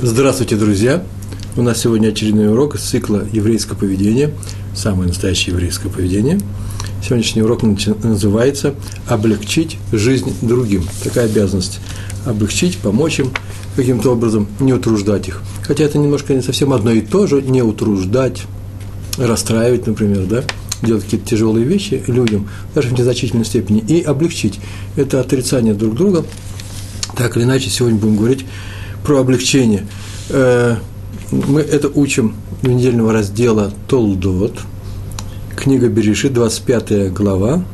Здравствуйте, друзья! У нас сегодня очередной урок из цикла «Еврейское поведение», самое настоящее еврейское поведение. Сегодняшний урок называется «Облегчить жизнь другим». Такая обязанность – облегчить, помочь им каким-то образом, не утруждать их. Хотя это немножко не совсем одно и то же – не утруждать, расстраивать, например, да? Делать какие-то тяжелые вещи людям, даже в незначительной степени, и облегчить. Это отрицание друг друга. Так или иначе, сегодня будем говорить про облегчение. Мы это учим в недельного раздела Толдот, книга Берешит, 25 глава,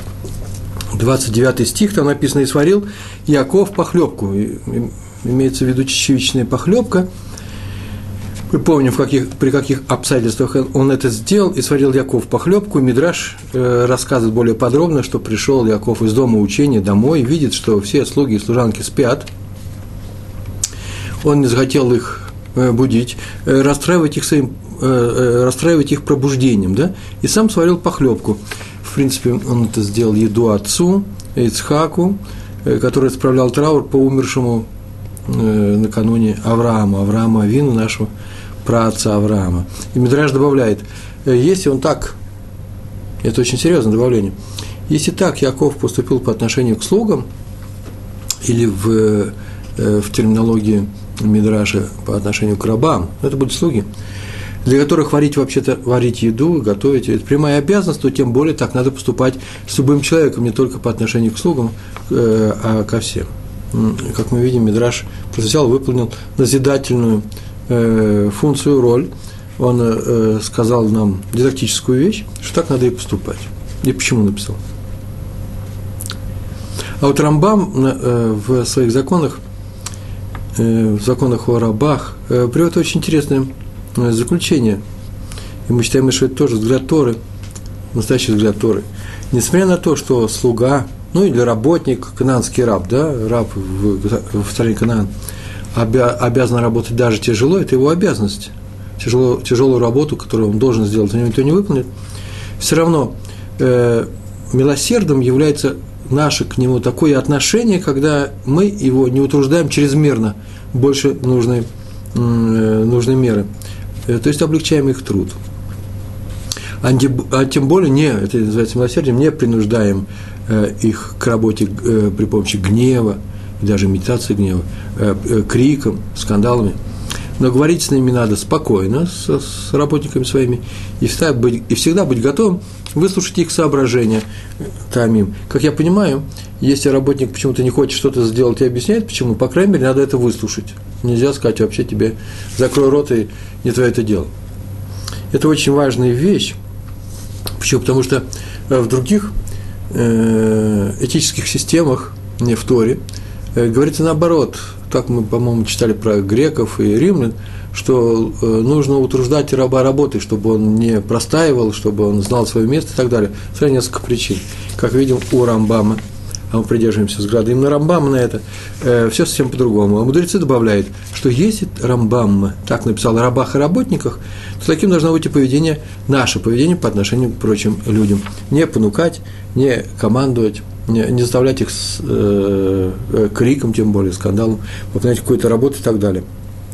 29 стих, там написано: «И сварил Яков похлебку». Имеется в виду чечевичная похлебка. Мы помним, при каких обстоятельствах он это сделал. «И сварил Яков похлебку». Мидраш рассказывает более подробно, что пришел Яков из дома учения домой, видит, что все слуги и служанки спят. Он не захотел их будить, расстраивать их пробуждением, да, и сам сварил похлебку. В принципе, он это сделал еду отцу, Ицхаку, который справлял траур по умершему накануне Авраама Авину, нашего праотца Авраама. И Мидраш добавляет, если он так, это очень серьезное добавление, если так Яков поступил по отношению к слугам, или в терминологии Мидраша по отношению к рабам, это будут слуги, для которых варить еду, готовить, это прямая обязанность, то тем более так надо поступать с любым человеком, не только по отношению к слугам, а ко всем. Как мы видим, Мидраш взял, выполнил назидательную функцию, роль. Он сказал нам дидактическую вещь, что так надо и поступать. И почему написал. А вот Рамбам в своих законах, в законах о рабах, приводит очень интересное заключение. И мы считаем, что это тоже взгляд Торы, настоящий взгляд Торы. Несмотря на то, что слуга, ну или работник, канаанский раб, да, раб в стране Канаан, обязан работать даже тяжело, это его обязанность. Тяжелую работу, которую он должен сделать, у него никто не выполнит. Все равно милосердным является наше к нему такое отношение, когда мы его не утруждаем чрезмерно, больше нужной меры. То есть облегчаем их труд. А тем более это называется милосердием, не принуждаем их к работе при помощи гнева, даже имитации гнева, криком, скандалами. Но говорить с ними надо спокойно, с работниками своими, и всегда быть готовым выслушать их соображения тамим. Как я понимаю, если работник почему-то не хочет что-то сделать и объясняет, почему, по крайней мере, надо это выслушать. Нельзя сказать: вообще тебе закрой рот, и не твое это дело. Это очень важная вещь. Почему? Потому что в других этических системах, не в Торе, говорится наоборот. Так мы, по-моему, читали про греков и римлян, что нужно утруждать раба работой, чтобы он не простаивал, чтобы он знал свое место и так далее. Сразу несколько причин. Как видим у Рамбама, а мы придерживаемся взгляда именно Рамбама на это, все совсем по-другому. А мудрецы добавляют, что если Рамбам так написал о рабах и работниках, то таким должно быть и поведение, наше поведение по отношению к прочим людям. Не понукать, не командовать, не заставлять их с криком, тем более скандалом, выполнять какую-то работу и так далее.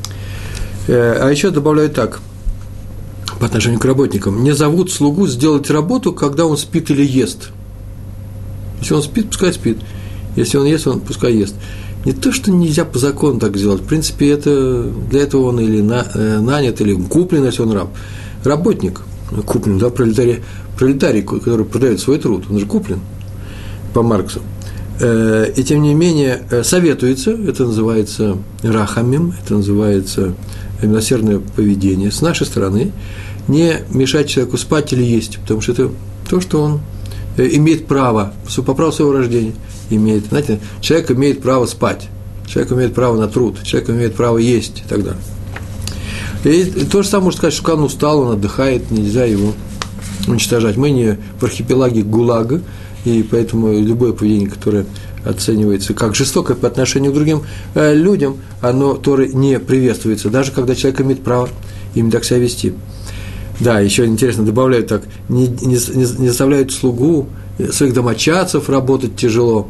А еще добавляют так, по отношению к работникам: не зовут слугу сделать работу, когда он спит или ест. Если он спит, пускай спит. Если он ест, он пускай ест. Не то, что нельзя по закону так сделать. В принципе, для этого он или нанят, или куплен, если он раб. Работник куплен, да, пролетарий, который продает свой труд, он же куплен по Марксу. И тем не менее советуется, это называется рахамим, это называется милосердное поведение с нашей стороны, не мешать человеку спать или есть, потому что это то, что он имеет право, по праву своего рождения имеет. Знаете, человек имеет право спать, человек имеет право на труд, человек имеет право есть и так далее. И то же самое можно сказать, что он устал, он отдыхает, нельзя его уничтожать. Мы не в архипелаге ГУЛАГа, и поэтому любое поведение, которое оценивается как жестокое по отношению к другим людям, оно Торой не приветствуется, даже когда человек имеет право именно так себя вести. Да, еще интересно, добавляют так: не заставляют слугу своих домочадцев работать тяжело,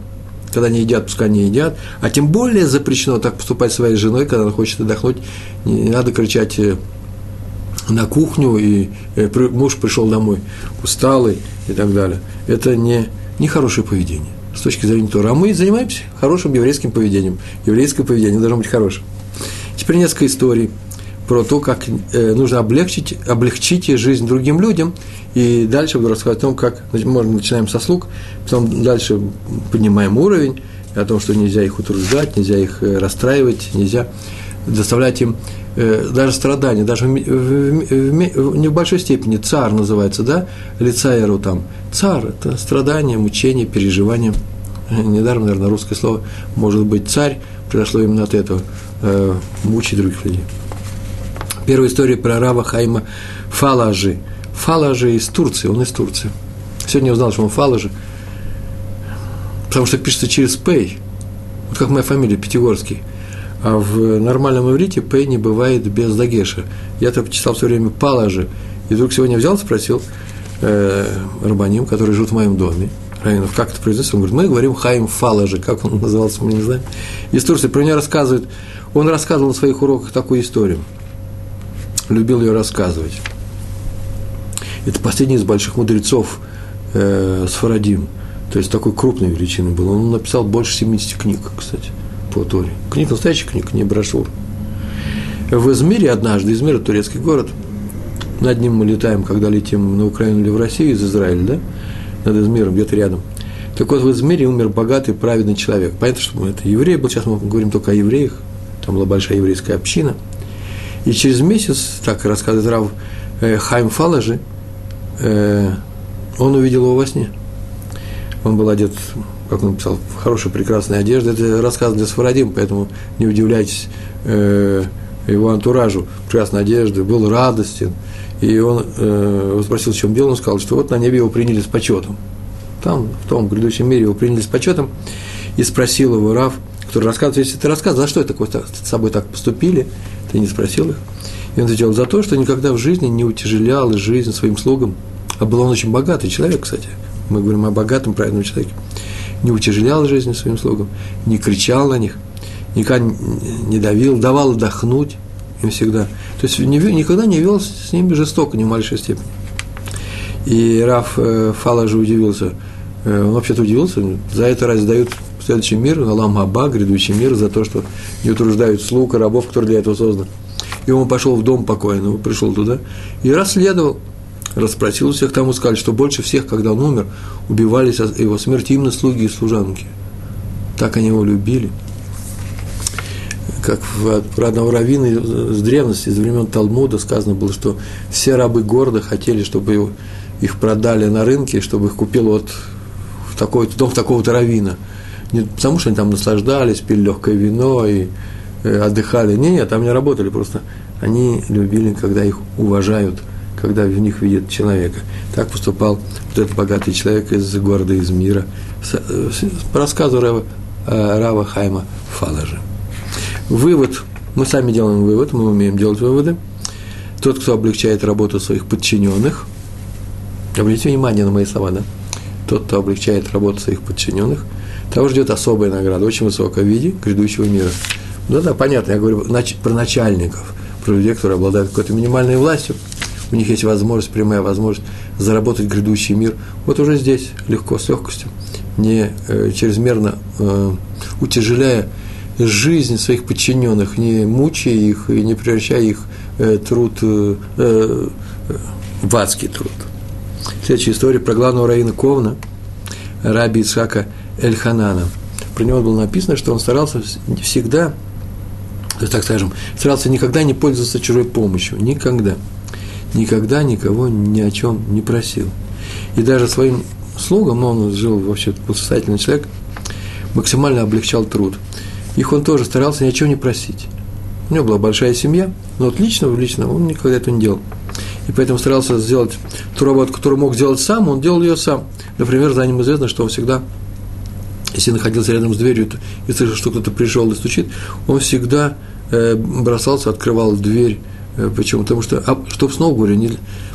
когда они едят, пускай не едят, а тем более запрещено так поступать со своей женой, когда она хочет отдохнуть, не надо кричать на кухню, и муж пришел домой усталый и так далее. Это не хорошее поведение с точки зрения Торы. А мы занимаемся хорошим еврейским поведением. Еврейское поведение должно быть хорошим. Теперь несколько историй про то, как нужно облегчить жизнь другим людям. И дальше буду рассказывать о том, как мы начинаем со слуг, потом дальше поднимаем уровень, о том, что нельзя их утруждать, нельзя их расстраивать, нельзя доставлять им даже страдания, даже не в большой степени. Цар называется, да, лицаеру там. Цар – это страдания, мучения, переживания. Недаром, наверное, русское слово может быть «царь», произошло именно от этого, мучить других людей. Первая история про раба Хаима Фалажи. Фалажи из Турции, он из Турции. Сегодня я узнал, что он Фалажи, потому что пишется через «пэй», вот как моя фамилия, Пятигорский. А в нормальном иврите «пэй» не бывает без дагеша. Я-то читал все время «палажи». И вдруг сегодня взял, спросил рабаним, который живет в моем доме, раввинов, как это произносится. Он говорит, мы говорим Хаим Фалажи, как он назывался, мы не знаем. Из Турции про него рассказывает, он рассказывал на своих уроках такую историю. Любил ее рассказывать. Это последний из больших мудрецов Сфарадим, то есть такой крупной величины был. Он написал больше 70 книг, кстати, по Торе. Книг, настоящих книг, не брошюр. В Измире однажды, Измир – это турецкий город, над ним мы летаем, когда летим на Украину или в Россию из Израиля, да, над Измиром, где-то рядом. Так вот, в Измире умер богатый, праведный человек. Понятно, что это еврей был, сейчас мы говорим только о евреях, там была большая еврейская община. И через месяц, так рассказывает рав Хаим Фалажи, он увидел его во сне. Он был одет, как он написал, в хорошую, прекрасную одежду. Это рассказ для Сфарадим, поэтому не удивляйтесь его антуражу. Прекрасной одежды, был радостен. И он спросил, в чем дело, он сказал, что вот на небе его приняли с почетом. Там, в том грядущем мире его приняли с почетом. И спросил его рав, который рассказывает, если ты рассказывал, за что это с собой так поступили, ты не спросил их. И он ответил, за то, что никогда в жизни не утяжелял жизнь своим слугам. А был он очень богатый человек, кстати. Мы говорим о богатом, праведном человеке. Не утяжелял жизнь своим слугам, не кричал на них, никогда не давил, давал отдохнуть им всегда. То есть никогда не вел с ними жестоко, ни в малейшей степени. И рав Фалажи удивился. Он вообще-то удивился. За это разве дают следующий мир, Алам Хаба, грядущий мир, за то, что не утруждают слуг и рабов, которые для этого созданы. И он пошел в дом покойного, пришел туда и расследовал, расспросил у всех, тому сказали, что больше всех, когда он умер, убивались от его смерти именно слуги и служанки. Так они его любили. Как про одного раввина с древности, из времен Талмуда сказано было, что все рабы города хотели, чтобы их продали на рынке, чтобы их купил вот в дом такого-то раввина. Не потому, что они там наслаждались, пили легкое вино и отдыхали. Нет, там не работали, просто они любили, когда их уважают, когда в них видят человека. Так поступал вот этот богатый человек из города Измира по рассказу рава Хаима Фалажи. Вывод, мы сами делаем вывод, мы умеем делать выводы. Тот, кто облегчает работу своих подчиненных, обратите внимание на мои слова, да? Тот, кто облегчает работу своих подчиненных, того ждет особая награда, очень высокая в виде грядущего мира. Да, понятно, я говорю про начальников, про людей, которые обладают какой-то минимальной властью, у них есть возможность, прямая возможность заработать грядущий мир. Вот уже здесь легко, с легкостью, не чрезмерно утяжеляя жизнь своих подчиненных, не мучая их и не превращая их труд в адский труд. Следующая история про главного раввина Ковна, раби Ицхака Эль-Ханана. Про него было написано, что он старался всегда, так скажем, старался никогда не пользоваться чужой помощью, никогда. Никогда никого ни о чем не просил. И даже своим слугам, он жил вообще, был состоятельный человек, максимально облегчал труд. Их он тоже старался ни о чем не просить. У него была большая семья, но вот лично он никогда этого не делал. И поэтому старался сделать ту работу, которую мог сделать сам, он делал ее сам. Например, за ним известно, что он всегда, если находился рядом с дверью и слышал, что кто-то пришел и стучит, он всегда бросался, открывал дверь. Почему? Потому что, чтобы снова говорю,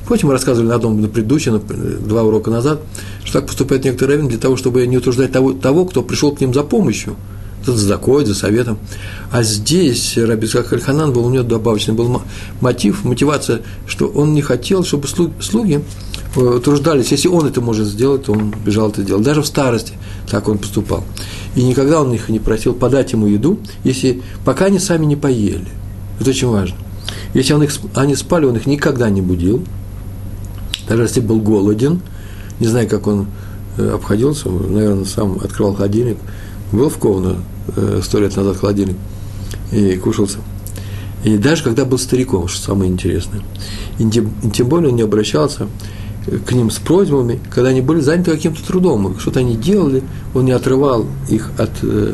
Впрочем, мы рассказывали на одном предыдущем, 2 урока назад, что так поступают некоторые раввины для того, чтобы не утруждать того, кто пришел к ним за помощью, за цдакой, за советом. А здесь Раби Ицхак Эль-Ханан был, у него добавочный был мотивация, что он не хотел, чтобы слуги утруждались. Если он это может сделать, то он бежал это делать. Даже в старости так он поступал. И никогда он их не просил подать ему еду, пока они сами не поели. Это очень важно. Если они спали, он их никогда не будил. Даже если был голоден, не знаю, как он обходился, наверное, сам открывал холодильник. Был в Ковно 100 лет назад холодильник и кушался. И даже когда был стариком, что самое интересное. И тем более он не обращался к ним с просьбами, когда они были заняты каким-то трудом, что-то они делали, он не отрывал их от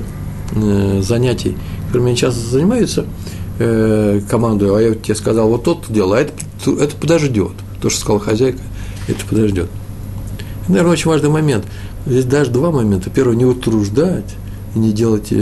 занятий, которыми они часто занимаются, командуя, а я тебе сказал, вот тот дело, а это подождет. То, что сказала хозяйка, это подождет. Это, наверное, очень важный момент. Здесь даже 2 момента. Первое, не утруждать, не делать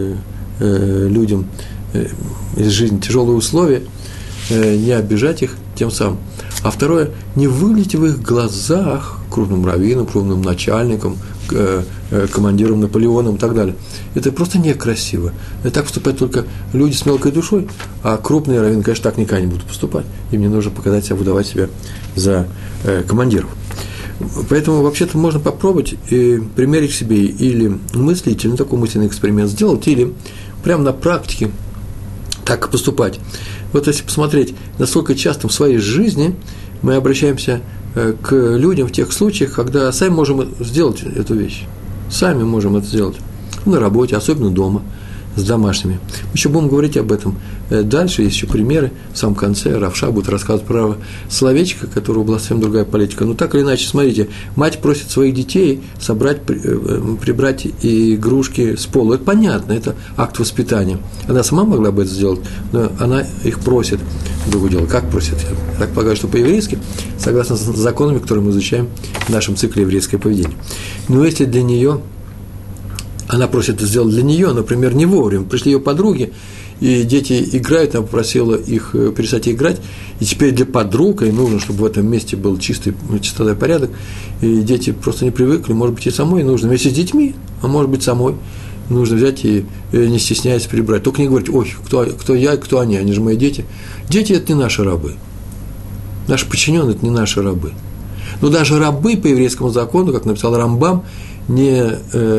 людям из жизни тяжелые условия, не обижать их тем самым. А второе, не вылить в их глазах крупным раввинам, крупным начальникам, командирам, Наполеоном и так далее. Это просто некрасиво. И так поступают только люди с мелкой душой, а крупные раввины, конечно, так никогда не будут поступать. Им не нужно показать себя, выдавать себя за командиров. Поэтому, вообще-то, можно попробовать примерить к себе или мыслить, или такой мысленный эксперимент сделать, или прямо на практике так поступать. Вот если посмотреть, насколько часто в своей жизни мы обращаемся к людям в тех случаях, когда сами можем сделать эту вещь. Сами можем это сделать. На работе, особенно дома, с домашними. Мы еще будем говорить об этом дальше, есть еще примеры. В самом конце Равша будет рассказывать про словечко, которого была совсем другая политика. Но так или иначе, смотрите, мать просит своих детей прибрать игрушки с пола. Это понятно, это акт воспитания. Она сама могла бы это сделать, но она их просит. Другое дело, как просит? Я так полагаю, что по-еврейски, согласно с законами, которые мы изучаем в нашем цикле «Еврейское поведение». Но если для нее она просит это сделать для нее, например, не вовремя. Пришли ее подруги, и дети играют, она попросила их перестать играть, и теперь для подруг, и нужно, чтобы в этом месте был чистота и порядок, и дети просто не привыкли, может быть, и самой нужно, вместе с детьми, а может быть, самой нужно взять и не стесняясь прибрать. Только не говорить, ой, кто я, кто они же мои дети. Дети – это не наши рабы. Наши подчиненные – это не наши рабы. Но даже рабы по еврейскому закону, как написал Рамбам, не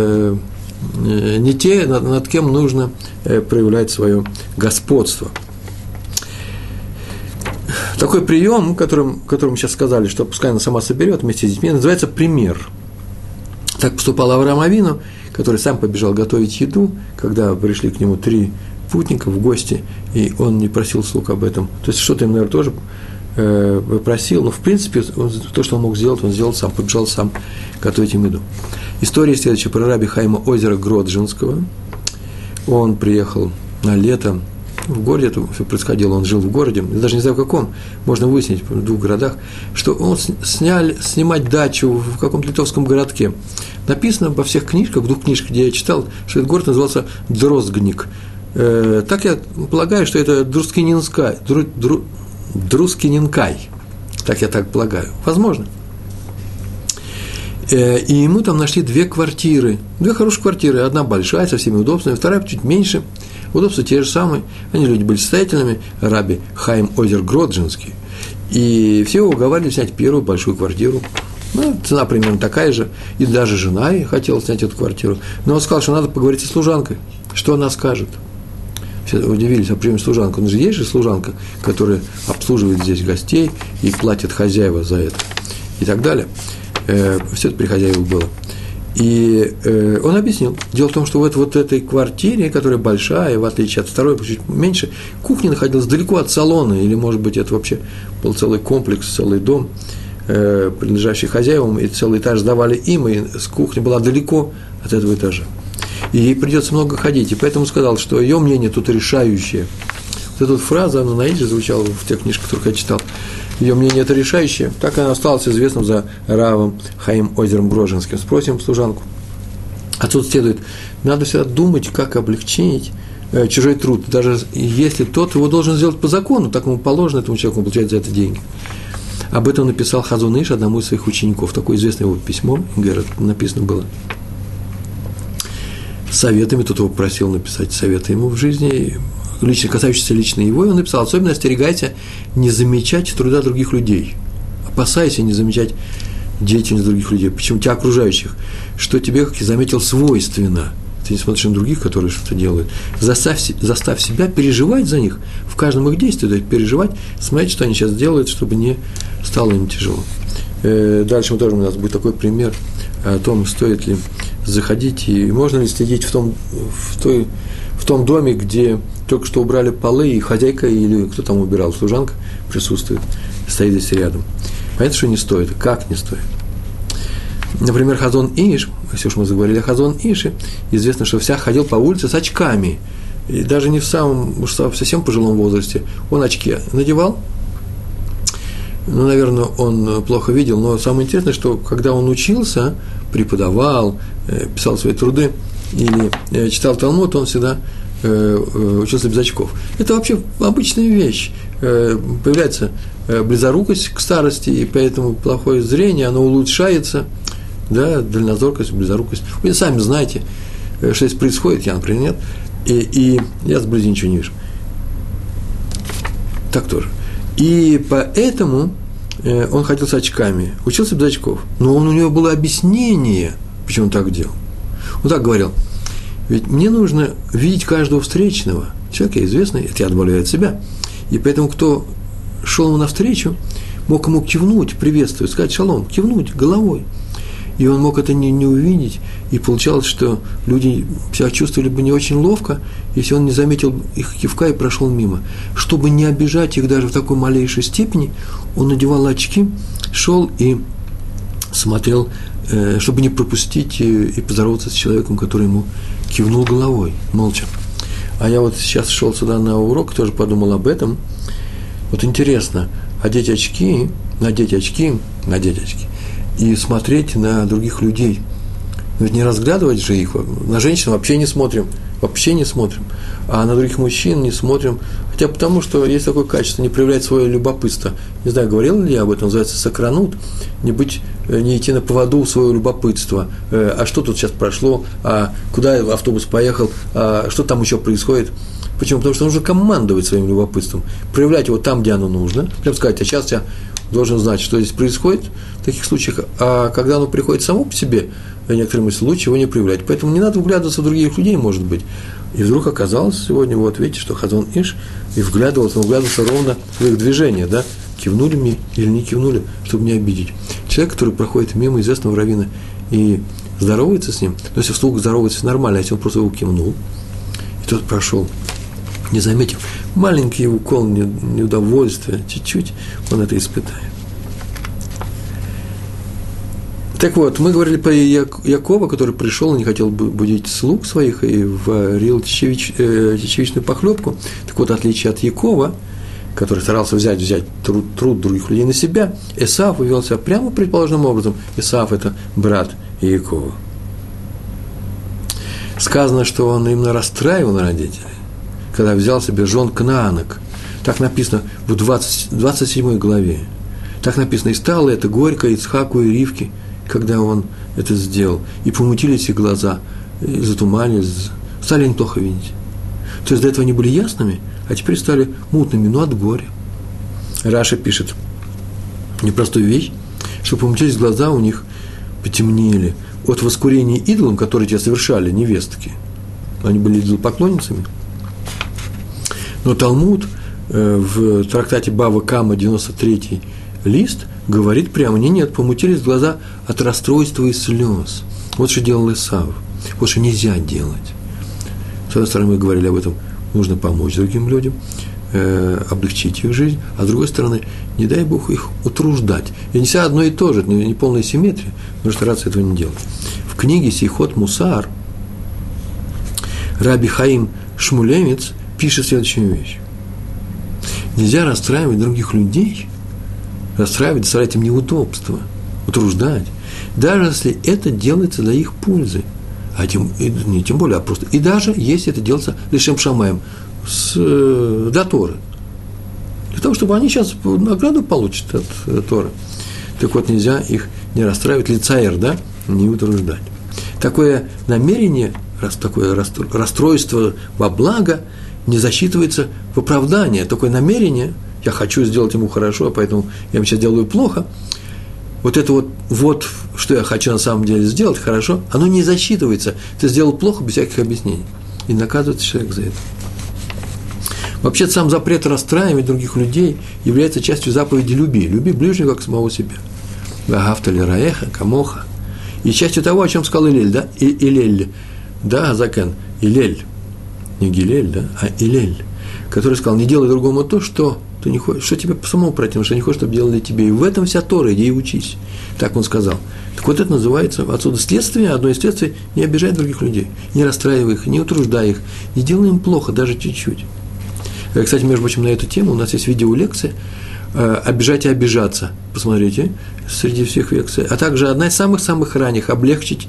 те, над кем нужно проявлять свое господство. Такой прием, которым мы сейчас сказали, что пускай она сама соберет вместе с детьми, называется пример. Так поступал Авраам Авину, который сам побежал готовить еду, когда пришли к нему 3 путника в гости, и он не просил слуг об этом. То есть что-то им, наверное, тоже просил, но в принципе то, что он мог сделать, он сделал сам, побежал сам готовить им еду. История следующая про раби Хаима Озера Гродженского. Он приехал на лето в городе, это все происходило, он жил в городе, я даже не знаю в каком, можно выяснить в 2 городах, что он снимать дачу в каком-то литовском городке. Написано во всех книжках, в 2 книжках, где я читал, что этот город назывался Дроздгник. Так я полагаю, что это Друскининкай, так я так полагаю, возможно. И ему там нашли 2 квартиры, 2 хорошие квартиры, одна большая, со всеми удобствами, вторая чуть меньше, удобства те же самые, они люди были состоятельными, раби Хаим Озер Гродженский, и все его уговаривали снять первую большую квартиру, цена примерно такая же, и даже жена ей хотела снять эту квартиру, но он сказал, что надо поговорить со служанкой, что она скажет. Все удивились, а почему служанка? Ну же есть же служанка, которая обслуживает здесь гостей и платит хозяева за это, и так далее. Все это при хозяевах было. И он объяснил. Дело в том, что вот этой квартире, которая большая, в отличие от второй, чуть меньше, кухня находилась далеко от салона, или, может быть, это вообще был целый комплекс, целый дом, принадлежащий хозяевам, и целый этаж сдавали им, и кухня была далеко от этого этажа. И ей придется много ходить, и поэтому сказал, что ее мнение тут решающее. Вот эта вот фраза, она на идиш звучала в тех книжках, которые я читал. Ее мнение это решающее. Так она осталась известным за равом Хаим Озером Гродженским. Спросим служанку. Отсюда следует, надо всегда думать, как облегчить чужой труд, даже если тот его должен сделать по закону, так ему положено, этому человеку получать за это деньги. Об этом написал Хазон Иш одному из своих учеников. Такое известное его письмо, говорят, написано было советами, тот его просил написать советы ему в жизни, лично, касающиеся лично его, и он написал: особенно остерегайся не замечать труда других людей, опасайся не замечать деятельность других людей, почему тебя окружающих, что тебе, как я заметил, свойственно. Ты не смотришь на других, которые что-то делают. Заставь себя переживать за них, в каждом их действии, то есть переживать, смотреть, что они сейчас делают, чтобы не стало им тяжело. Дальше у нас будет такой пример о том, стоит ли заходить и можно ли следить в том доме, где только что убрали полы, и хозяйка или кто там убирал, служанка присутствует, стоит здесь рядом. Понятно, что не стоит. Как не стоит? Например, Хазон Иш, если уж мы заговорили о Хазон Ише, известно, что всяк ходил по улице с очками. И даже не в совсем пожилом возрасте. Он очки надевал. Ну, наверное, он плохо видел, но самое интересное, что когда он учился, преподавал, писал свои труды или читал Талмуд, он всегда учился без очков. Это вообще обычная вещь. Появляется близорукость к старости, и поэтому плохое зрение, оно улучшается, да, дальнозоркость, близорукость. Вы сами знаете, что здесь происходит, я, например, нет, и я сблизи ничего не вижу. Так тоже. И поэтому он ходил с очками, учился без очков. Но у него было объяснение, почему он так делал. Он так говорил: ведь мне нужно видеть каждого встречного. Человек известный, это я добавляю от себя. И поэтому, кто шел ему навстречу, мог ему кивнуть, приветствовать, сказать шалом, кивнуть головой. И он мог это не увидеть, и получалось, что люди себя чувствовали бы не очень ловко, если он не заметил их кивка и прошел мимо. Чтобы не обижать их даже в такой малейшей степени, он надевал очки, шел и смотрел, чтобы не пропустить и поздороваться с человеком, который ему кивнул головой, молча. А я вот сейчас шел сюда на урок, тоже подумал об этом. Вот интересно, надеть очки и смотреть на других людей. Ведь не разглядывать же их. На женщин вообще не смотрим, а на других мужчин не смотрим. Хотя потому, что есть такое качество, не проявлять свое любопытство. Не знаю, говорил ли я об этом, называется сакранут, не идти на поводу у своего любопытства. А что тут сейчас прошло, а куда автобус поехал, а что там еще происходит. Почему? Потому что нужно командовать своим любопытством, проявлять его там, где оно нужно. Прям сказать: а сейчас я должен знать, что здесь происходит в таких случаях, а когда оно приходит само по себе, в некоторых случаях лучше его не проявлять. Поэтому не надо вглядываться в других людей, может быть. И вдруг оказалось сегодня, вот видите, что Хазон Иш и вглядывался ровно в их движение, да, кивнули мне или не кивнули, чтобы не обидеть. Человек, который проходит мимо известного раввина и здоровается с ним, но если вслух здоровается нормально, а если он просто его кивнул, и тот прошел, не заметив, маленький укол неудовольствия, чуть-чуть он это испытает. Так вот, мы говорили про Якова, который пришел и не хотел будить слуг своих и варил чечевичную похлебку. Так вот, в отличие от Якова, который старался взять труд других людей на себя, Эсав вывел себя прямо предположенным образом. Эсав – это брат Якова. Сказано, что он именно расстраивал родителей, когда взял себе жен кнаанок. Так написано в 27 главе. Так написано: и стало это горько Ицхаку и Ривке, когда он это сделал, и помутились их глаза, и затуманились, стали они плохо видеть. То есть до этого они были ясными, а теперь стали мутными, но от горя. Раша пишет непростую вещь, что помутились глаза у них, потемнели от воскурения идолам, которые те совершали, невестки. Они были идолопоклонницами. Но Талмуд в трактате Бава Кама, 93-й лист, говорит прямо: нет, помутились глаза от расстройства и слез. Вот что делал Исав. Вот что нельзя делать. С одной стороны, мы говорили об этом, нужно помочь другим людям, облегчить их жизнь, а с другой стороны, не дай Бог их утруждать. И не вся одно и то же, это не полная симметрия, нужно стараться этого не делать. В книге Сейхот Мусар Раби Хаим Шмулемец пишет следующую вещь: нельзя расстраивать других людей, доставлять им неудобства, утруждать, даже если это делается для их пользы, не тем более, а просто, и даже если это делается лешем шамаем, для Торы. Для того, чтобы они сейчас награду получат от Торы. Так вот, нельзя их не расстраивать, лицаэр, да, не утруждать. Такое намерение, такое расстройство во благо не засчитывается в оправдание. Такое намерение, я хочу сделать ему хорошо, поэтому я ему сейчас делаю плохо, вот это вот, что я хочу на самом деле сделать хорошо, оно не засчитывается. Ты сделал плохо без всяких объяснений. И наказывается человек за это. Вообще, сам запрет расстраивать других людей является частью заповеди «люби». Люби ближнего, как самого себя. «Вагафта ли раэха, камоха». И частью того, о чем сказал Илель, да? Илель, да, Азакен, Илель. Не Гилель, да, а Илель. Который сказал, не делай другому то, что ты не хочешь, что тебе самому противно, что не хочешь, чтобы делали тебе. И в этом вся Тора, иди и учись. Так он сказал. Так вот это называется, отсюда следствие, одно из следствий, не обижай других людей, не расстраивай их, не утруждай их, не делай им плохо, даже чуть-чуть. Кстати, между прочим, на эту тему у нас есть видеолекция «Обижать и обижаться». Посмотрите, среди всех лекций. А также одна из самых-самых ранних – облегчить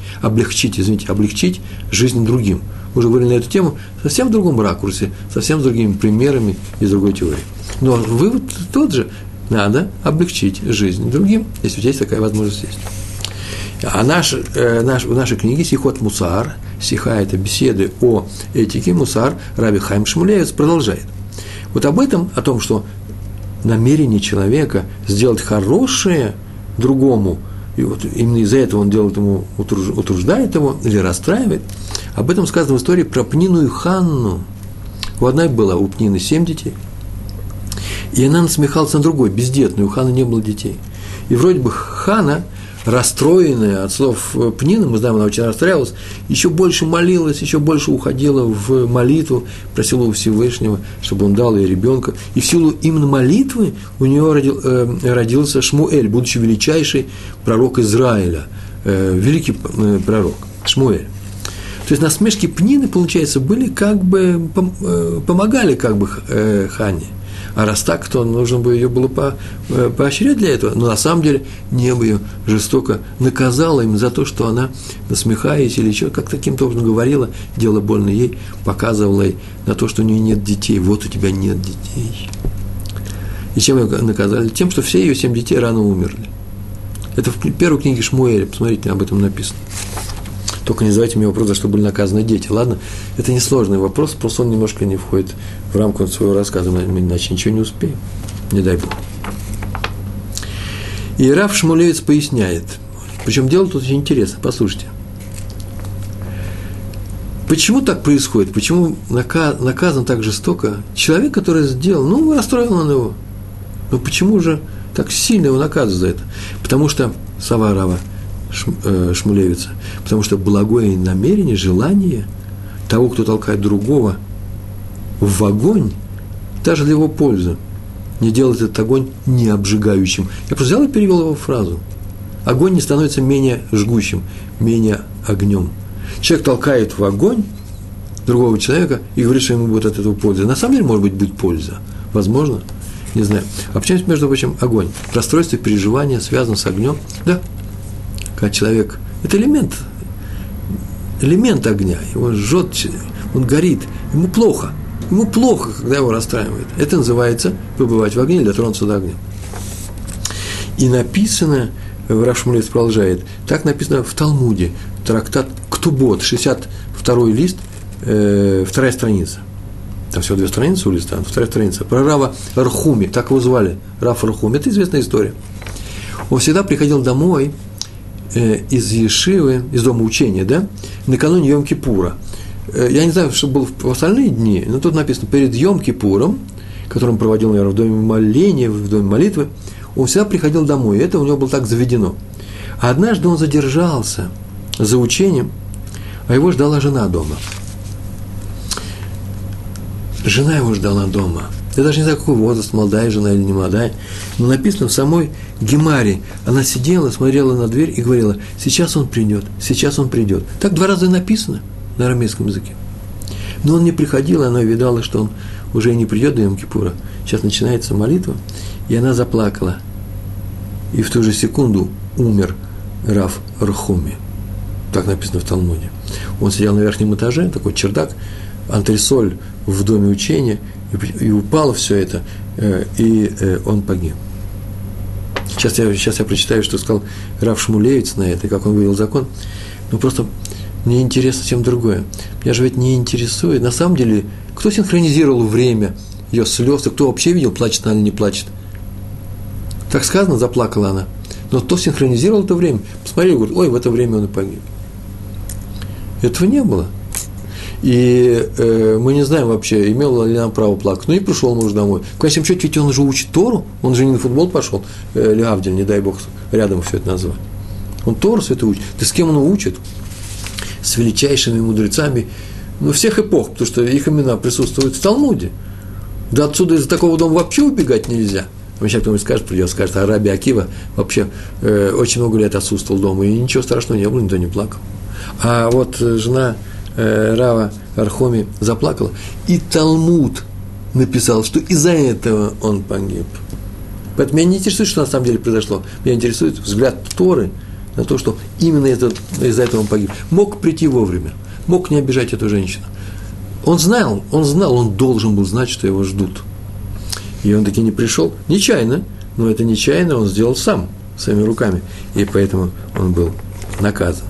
жизнь другим. Мы уже говорили на эту тему совсем в другом ракурсе, совсем с другими примерами из другой теории. Но вывод тот же – надо облегчить жизнь другим, если у тебя есть такая возможность есть. А в нашей книге «Сихот Мусар», сиха – это беседы о этике, Мусар, Раби Хаим Шмулевец продолжает. Вот об этом, о том, что намерение человека сделать хорошее другому, и вот именно из-за этого он делает ему, утруждает его или расстраивает, об этом сказано в истории про Пнину и Ханну. У одной было у Пнины 7 детей, и она насмехалась на другой, бездетной, у Ханны не было детей. И вроде бы Ханна, расстроенная от слов Пнины, мы знаем, она очень расстраивалась, еще больше молилась, еще больше уходила в молитву, просила у Всевышнего, чтобы он дал ей ребенка. И в силу именно молитвы у нее родился Шмуэль, будучи величайший пророк Израиля, великий пророк Шмуэль. То есть насмешки Пнины, получается, были как бы, помогали как бы Ханне. А раз так, то нужно бы ее было поощрять для этого. Но на самом деле небо ее жестоко наказало им за то, что она, насмехаясь или еще как таким-то образом говорила, делала больно ей, показывала ей на то, что у нее нет детей. Вот у тебя нет детей. И чем ее наказали? Тем, что все ее 7 детей рано умерли. Это в первой книге Шмуэля, посмотрите, об этом написано. Только не задавайте мне вопрос, за что были наказаны дети, ладно? Это несложный вопрос, просто он немножко не входит в рамку своего рассказа, мы иначе ничего не успеем, не дай Бог. И Рав Шмулевец поясняет, причем дело тут очень интересно, послушайте. Почему так происходит? Почему наказан так жестоко человек, который сделал, расстроил он его, но почему же так сильно его наказывают за это? Потому что, слова Рава Шмулевица, потому что благое намерение, желание того, кто толкает другого в огонь, даже для его пользы, не делает этот огонь не обжигающим. Я просто взял и перевел его фразу. Огонь не становится менее жгучим, менее огнем. Человек толкает в огонь другого человека и говорит, что ему будет от этого польза. На самом деле, может быть, будет польза. Возможно, не знаю. А почему, между прочим, огонь? Расстройство, переживания связано с огнем. Да. Когда человек, это элемент огня, его жжет, он горит, ему плохо, когда его расстраивает. Это называется побывать в огне или дотронуться до огня. И написано, Рав Шмулевец продолжает, так написано в Талмуде, трактат Ктубот, 62 лист, 2 страница. Там всего 2 страницы у листа, 2 страница. Про Рава Рхуми, так его звали, Рав Рхуми, это известная история. Он всегда приходил домой из Ешивы, из дома учения, да, накануне Йом-Кипура. Я не знаю, что было в остальные дни, но тут написано, перед Йом-Кипуром, который он проводил, наверное, в доме моления, в доме молитвы, он всегда приходил домой, и это у него было так заведено. А однажды он задержался за учением, а его ждала жена дома. Жена его ждала дома. Я даже не знаю, какой возраст, молодая жена или не молодая, но написано в самой Гемаре. Она сидела, смотрела на дверь и говорила, сейчас он придет, сейчас он придет. Так 2 раза написано на арамейском языке. Но он не приходил, и она видала, что он уже не придет до Йом-Кипура. Сейчас начинается молитва, и она заплакала. И в ту же секунду умер Рав Рхуми. Так написано в Талмуде. Он сидел на верхнем этаже, такой чердак, антресоль в доме учения, и упало все это, и он погиб. Сейчас я прочитаю, что сказал Рав Шмулевиц на это, и как он вывел закон. Но просто мне интересно совсем другое. Меня же ведь не интересует, на самом деле, кто синхронизировал время ее слез, и кто вообще видел, плачет она или не плачет. Так сказано, заплакала она. Но кто синхронизировал это время? Посмотрели, говорит, ой, в это время он и погиб. Этого не было. И мы не знаем вообще, имел ли нам право плакать. Ну и пришел муж домой. В конечном счете, ведь он же учит Тору, он же не на футбол пошел, Леавдиль, не дай Бог, рядом все это назвать. Он Тору святую учит. Ты с кем он учит? С величайшими мудрецами, всех эпох, потому что их имена присутствуют в Талмуде. Да отсюда из такого дома вообще убегать нельзя. Сейчас кто-нибудь скажет, а Раби Акива вообще очень много лет отсутствовал дома, и ничего страшного не было, никто не плакал. А вот жена Рава Архоми заплакала, и Талмуд написал, что из-за этого он погиб. Поэтому меня не интересует, что на самом деле произошло. Меня интересует взгляд Торы на то, что именно из-за этого он погиб. Мог прийти вовремя, мог не обижать эту женщину. Он знал, он должен был знать, что его ждут. И он таки не пришел, нечаянно, но это нечаянно он сделал сам, своими руками, и поэтому он был наказан.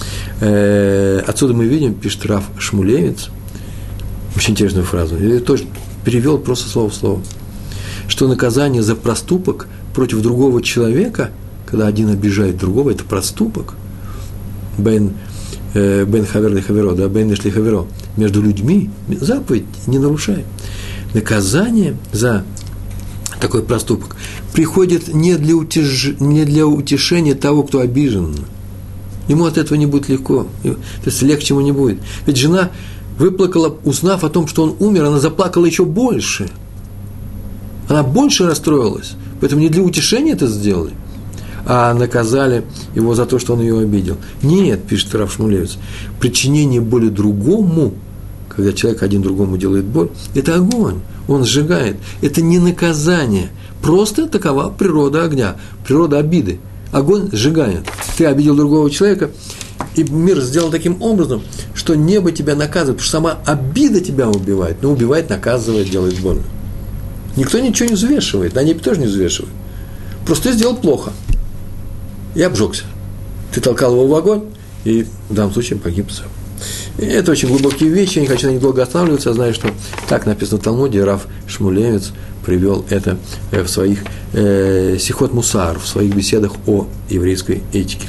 Отсюда мы видим, пишет Рав Шмулевиц, очень интересную фразу, я тоже перевел просто слово в слово, что наказание за проступок против другого человека, когда один обижает другого, это проступок, бен хавер ли хаверо, да, бен ли хаверо, между людьми, заповедь не нарушай. Наказание за такой проступок приходит не для утешения того, кто обижен. Ему от этого не будет легко, то есть легче ему не будет. Ведь жена выплакала, узнав о том, что он умер, она заплакала еще больше. Она больше расстроилась, поэтому не для утешения это сделали, а наказали его за то, что он ее обидел. Нет, пишет Рав Шмулевиц, причинение боли другому, когда человек один другому делает боль, это огонь, он сжигает. Это не наказание, просто такова природа огня, природа обиды. Огонь сжигает. Ты обидел другого человека, и мир сделан таким образом, что небо тебя наказывает, потому что сама обида тебя убивает, но убивает, наказывает, делает больно. Никто ничего не взвешивает, на небе тоже не взвешивает. Просто ты сделал плохо и обжегся. Ты толкал его в огонь, и в данном случае погиб сам. Это очень глубокие вещи, я не хочу на них долго останавливаться, я знаю, что так написано в Талмуде, Рав Шмулевиц привел это в своих Сихот Мусар, в своих беседах о еврейской этике.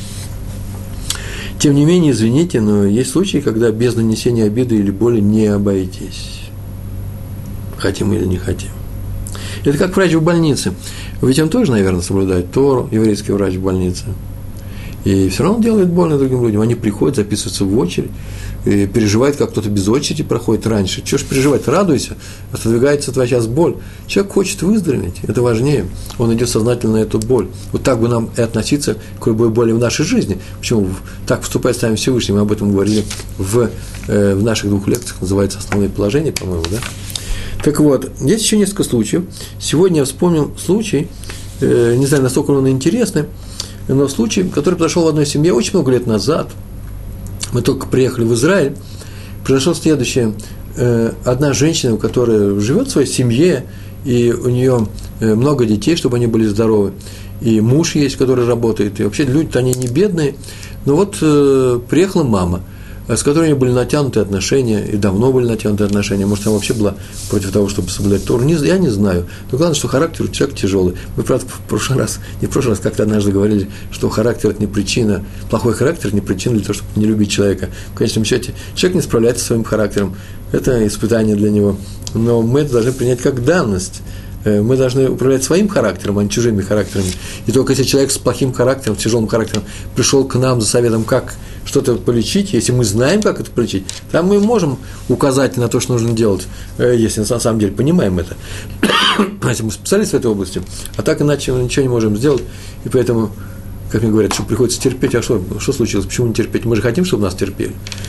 Тем не менее, извините, но есть случаи, когда без нанесения обиды или боли не обойтись. Хотим или не хотим. Это как врач в больнице. Ведь он тоже, наверное, соблюдает Тору, еврейский врач в больнице. И все равно делает больно другим людям. Они приходят, записываются в очередь, и переживают, как кто-то без очереди проходит раньше. Чего ж переживать? Радуйся, отодвигается твоя сейчас боль. Человек хочет выздороветь, это важнее. Он идет сознательно на эту боль. Вот так бы нам и относиться к любой боли в нашей жизни. Почему? Так вступает с нами Всевышний. Мы об этом говорили в наших 2 лекциях, называется «Основные положения», по-моему, да? Так вот, есть еще несколько случаев. Сегодня я вспомнил случай, не знаю, насколько он интересный, но случай, который произошел в одной семье очень много лет назад. Мы только приехали в Израиль. Произошло следующее. Одна женщина, которая живет в своей семье, и у нее много детей, чтобы они были здоровы, и муж есть, который работает, и вообще люди-то они не бедные. Но вот приехала мама, с которой у нее были натянутые отношения, и давно были натянутые отношения. Может, она вообще была против того, чтобы соблюдать Тору. Я не знаю. Но главное, что характер у человека тяжелый. Мы, правда, не в прошлый раз как-то однажды говорили, что характер – это не причина, плохой характер – не причина для того, чтобы не любить человека. В конечном счете, человек не справляется со своим характером. Это испытание для него. Но мы это должны принять как данность. Мы должны управлять своим характером, а не чужими характерами. И только если человек с плохим характером, с тяжелым характером пришел к нам за советом, как что-то полечить, если мы знаем, как это полечить, там мы можем указать на то, что нужно делать, если на самом деле понимаем это. Если мы специалисты в этой области, а так иначе мы ничего не можем сделать, и поэтому, как мне говорят, что приходится терпеть, а что случилось, почему не терпеть? Мы же хотим, чтобы нас терпели.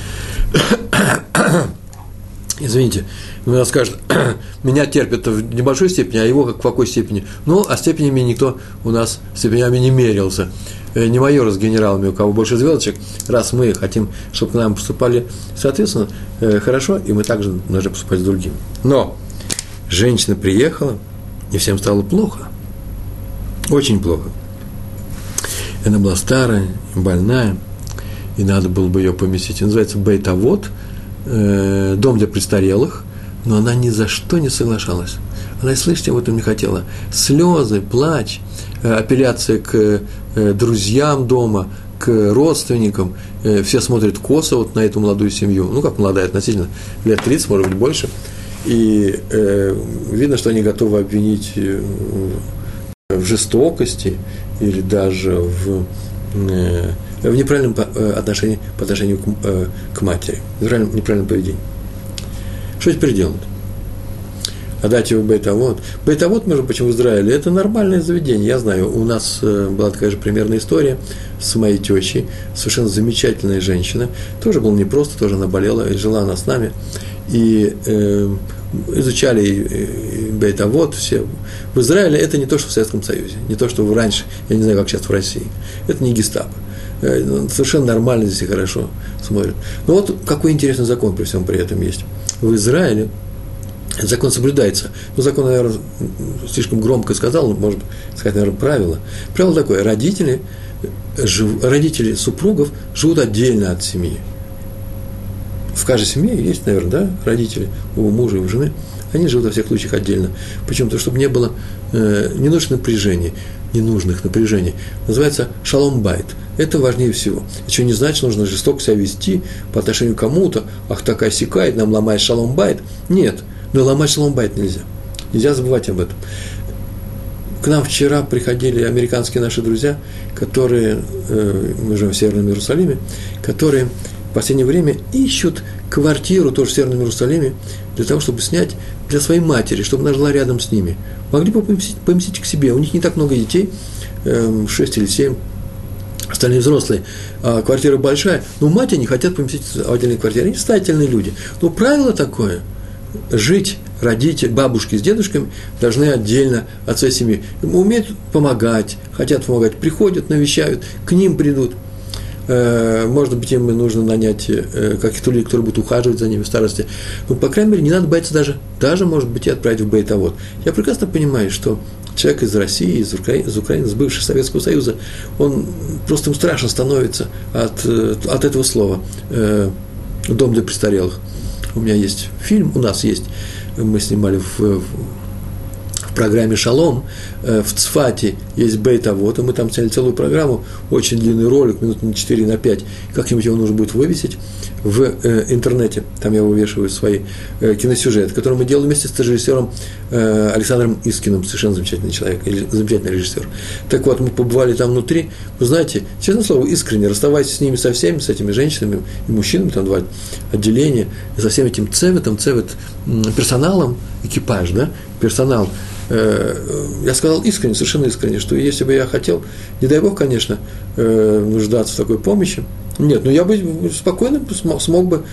Извините, мне скажут, меня терпят в небольшой степени, а его в какой степени? Ну, а степенями никто у нас степенями не мерился. не майоры с генералами, у кого больше звездочек, раз мы хотим, чтобы к нам поступали соответственно, хорошо, и мы также должны поступать с другими. Но женщина приехала, и всем стало плохо, очень плохо. Она была старая, больная, и надо было бы ее поместить. Это называется бейт-авот, дом для престарелых, но она ни за что не соглашалась. Она и слышать об этом не хотела. Слезы, плач, апелляция к друзьям дома, к родственникам. Все смотрят косо вот на эту молодую семью. Ну, как молодая относительно, лет 30, может быть, больше. И видно, что они готовы обвинить в жестокости или даже в неправильном отношении по отношению к матери, в неправильном поведении. Что теперь делать? Отдать его в бейт-авот. Бейт-авот, между прочим, в Израиле – это нормальное заведение. Я знаю, у нас была такая же примерная история с моей тещей, совершенно замечательная женщина. Тоже было непросто, тоже она болела, и жила она с нами. И изучали бейт-авот все. В Израиле это не то, что в Советском Союзе, не то, что раньше, я не знаю, как сейчас в России. Это не гестапо. Совершенно нормально здесь и хорошо смотрят. Но вот какой интересный закон при всем при этом есть. В Израиле закон соблюдается. Ну, закон, наверное, слишком громко сказал, может сказать, наверное, правило. Правило такое: родители супругов живут отдельно от семьи. В каждой семье есть, наверное, да, родители у мужа и у жены. Они живут во всех случаях отдельно. Почему? Потому что чтобы не было ненужных напряжений. Называется шалом байт. Это важнее всего. Это не значит, что нужно жестоко себя вести по отношению к кому-то. Ах, такая сикает, нам ломает шалом байт. Нет, но ломать шалом байт нельзя. Нельзя забывать об этом. К нам вчера приходили американские наши друзья, которые, мы живем в Северном Иерусалиме, которые в последнее время ищут квартиру тоже в Северном Иерусалиме для того, чтобы снять для своей матери, чтобы она жила рядом с ними. Могли бы поместить к себе. У них не так много детей, 6 или 7, остальные взрослые. А квартира большая, но мать они хотят поместить в отдельной квартире. Они состоятельные люди. Но правило такое: жить родители, бабушки с дедушками должны отдельно от своей семьи. Умеют помогать, хотят помогать, приходят, навещают, к ним придут. Может быть, им нужно нанять каких-то людей, которые будут ухаживать за ними в старости. Но, по крайней мере, не надо бояться даже может быть, и отправить в бейт-авот. Я прекрасно понимаю, что человек из России, из Украины, из бывшего Советского Союза, он просто ему страшно становится от этого слова «дом для престарелых». У меня есть фильм, у нас есть, мы снимали в программе «Шалом», в Цфате есть бейт-авот, и мы там сняли целую программу, очень длинный ролик, минут на 4, на 5, как-нибудь его нужно будет вывесить в интернете, там я вывешиваю свои киносюжеты, которые мы делали вместе с режиссером Александром Искиным, совершенно замечательный человек, замечательный режиссер. Так вот, мы побывали там внутри, вы знаете, честное слово, искренне, расставаясь с ними со всеми, с этими женщинами и мужчинами, там два отделения, и со всем этим персоналом, экипаж, да, персонал. Я сказал искренне, совершенно искренне, что если бы я хотел, не дай Бог, конечно, нуждаться в такой помощи, нет, но я бы спокойно смог бы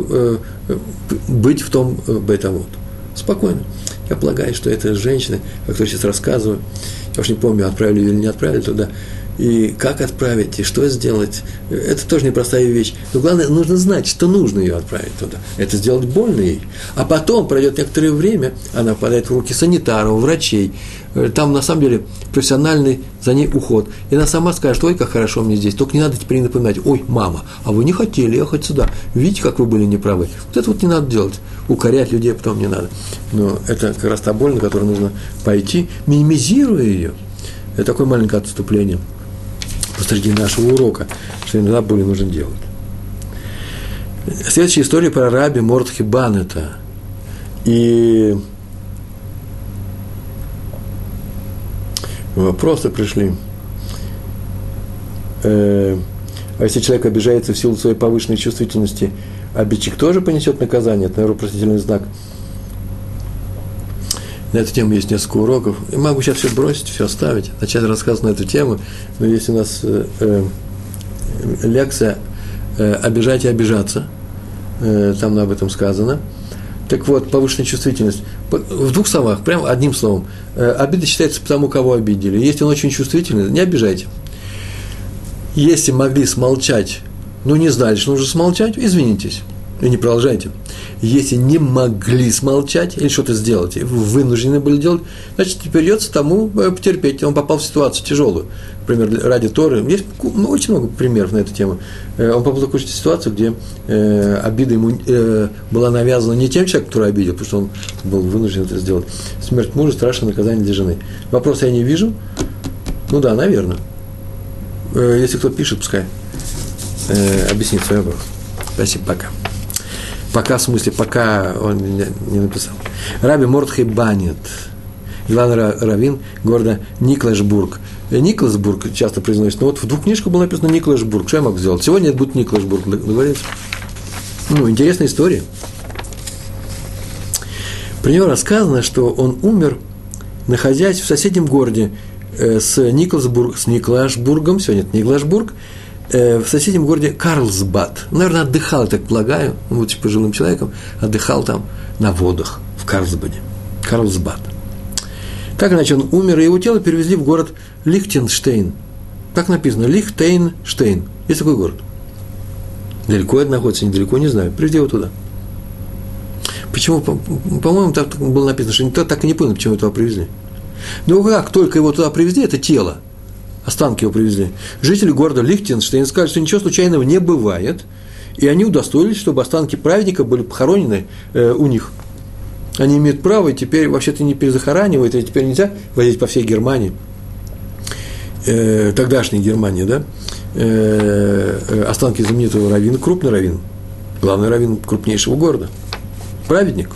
быть в том бейт-авот. Спокойно. Я полагаю, что это женщины, как я сейчас рассказываю, я уж не помню, отправили или не отправили туда, и как отправить, и что сделать, это тоже непростая вещь. Но главное, нужно знать, что нужно ее отправить туда. Это сделать больно ей. А потом пройдет некоторое время, она попадает в руки санитаров, врачей. Там, на самом деле, профессиональный за ней уход. И она сама скажет: ой, как хорошо мне здесь. Только не надо теперь напоминать: ой, мама, а вы не хотели ехать сюда. Видите, как вы были неправы. Вот это вот не надо делать. Укорять людей потом не надо. Но это как раз та боль, на которую нужно пойти, минимизируя ее. Это такое маленькое отступление посреди нашего урока, что иногда боли нужно делать. Следующая история про раби Мордхи Баннета. И вопросы пришли. А если человек обижается в силу своей повышенной чувствительности, обидчик тоже понесет наказание? Это, наверное, вопросительный знак. На эту тему есть несколько уроков. Я могу сейчас все бросить, все оставить, начать рассказывать на эту тему. Но есть у нас лекция «Обижать и обижаться». Там об этом сказано. Так вот, повышенная чувствительность. В двух словах, прям одним словом. Обида считается по тому, кого обидели. Если он очень чувствительный, не обижайте. Если могли смолчать, но не знали, что нужно смолчать, извинитесь и не продолжайте. Если не могли смолчать или что-то сделать, вынуждены были делать, значит, придется тому потерпеть. Он попал в ситуацию тяжелую. Например, ради Торы. Есть очень много примеров на эту тему. Он попал в такую ситуацию, где обида ему была навязана не тем человеком, который обидел, потому что он был вынужден это сделать. Смерть мужа – страшное наказание для жены. Вопроса я не вижу. Ну да, наверное. Если кто пишет, пускай объяснит свой вопрос. Спасибо, пока. Пока, в смысле, пока он не написал. Раби Мордхай Банет, главный раввин города Никлашбург. Никласбург часто произносится, но вот в двух книжках было написано Никлашбург. Что я могу сделать? Сегодня это будет Никлашбург. Договорились? Интересная история. Про него рассказано, что он умер, находясь в соседнем городе с Никлашбургом, сегодня это Никлашбург, в соседнем городе Карлсбад. Наверное, отдыхал, я так полагаю, будучи пожилым человеком, отдыхал там на водах в Карлсбаде. Карлсбад. Так иначе он умер, и его тело перевезли в город Лихтенштейн. Так написано, Лихтенштейн. Есть такой город. Далеко это находится, недалеко, не знаю. Привези его туда. Почему? По-моему, так было написано, что никто так и не понял, почему его туда привезли. Но как только его туда привезли, это тело, останки его привезли, жители города Лихтенштейн сказали, что ничего случайного не бывает, и они удостоились, чтобы останки праведника были похоронены у них. Они имеют право, и теперь вообще-то не перезахоранивают, и теперь нельзя возить по всей Германии, тогдашней Германии, да, останки знаменитого раввина, крупный раввин, главный раввин крупнейшего города, праведник.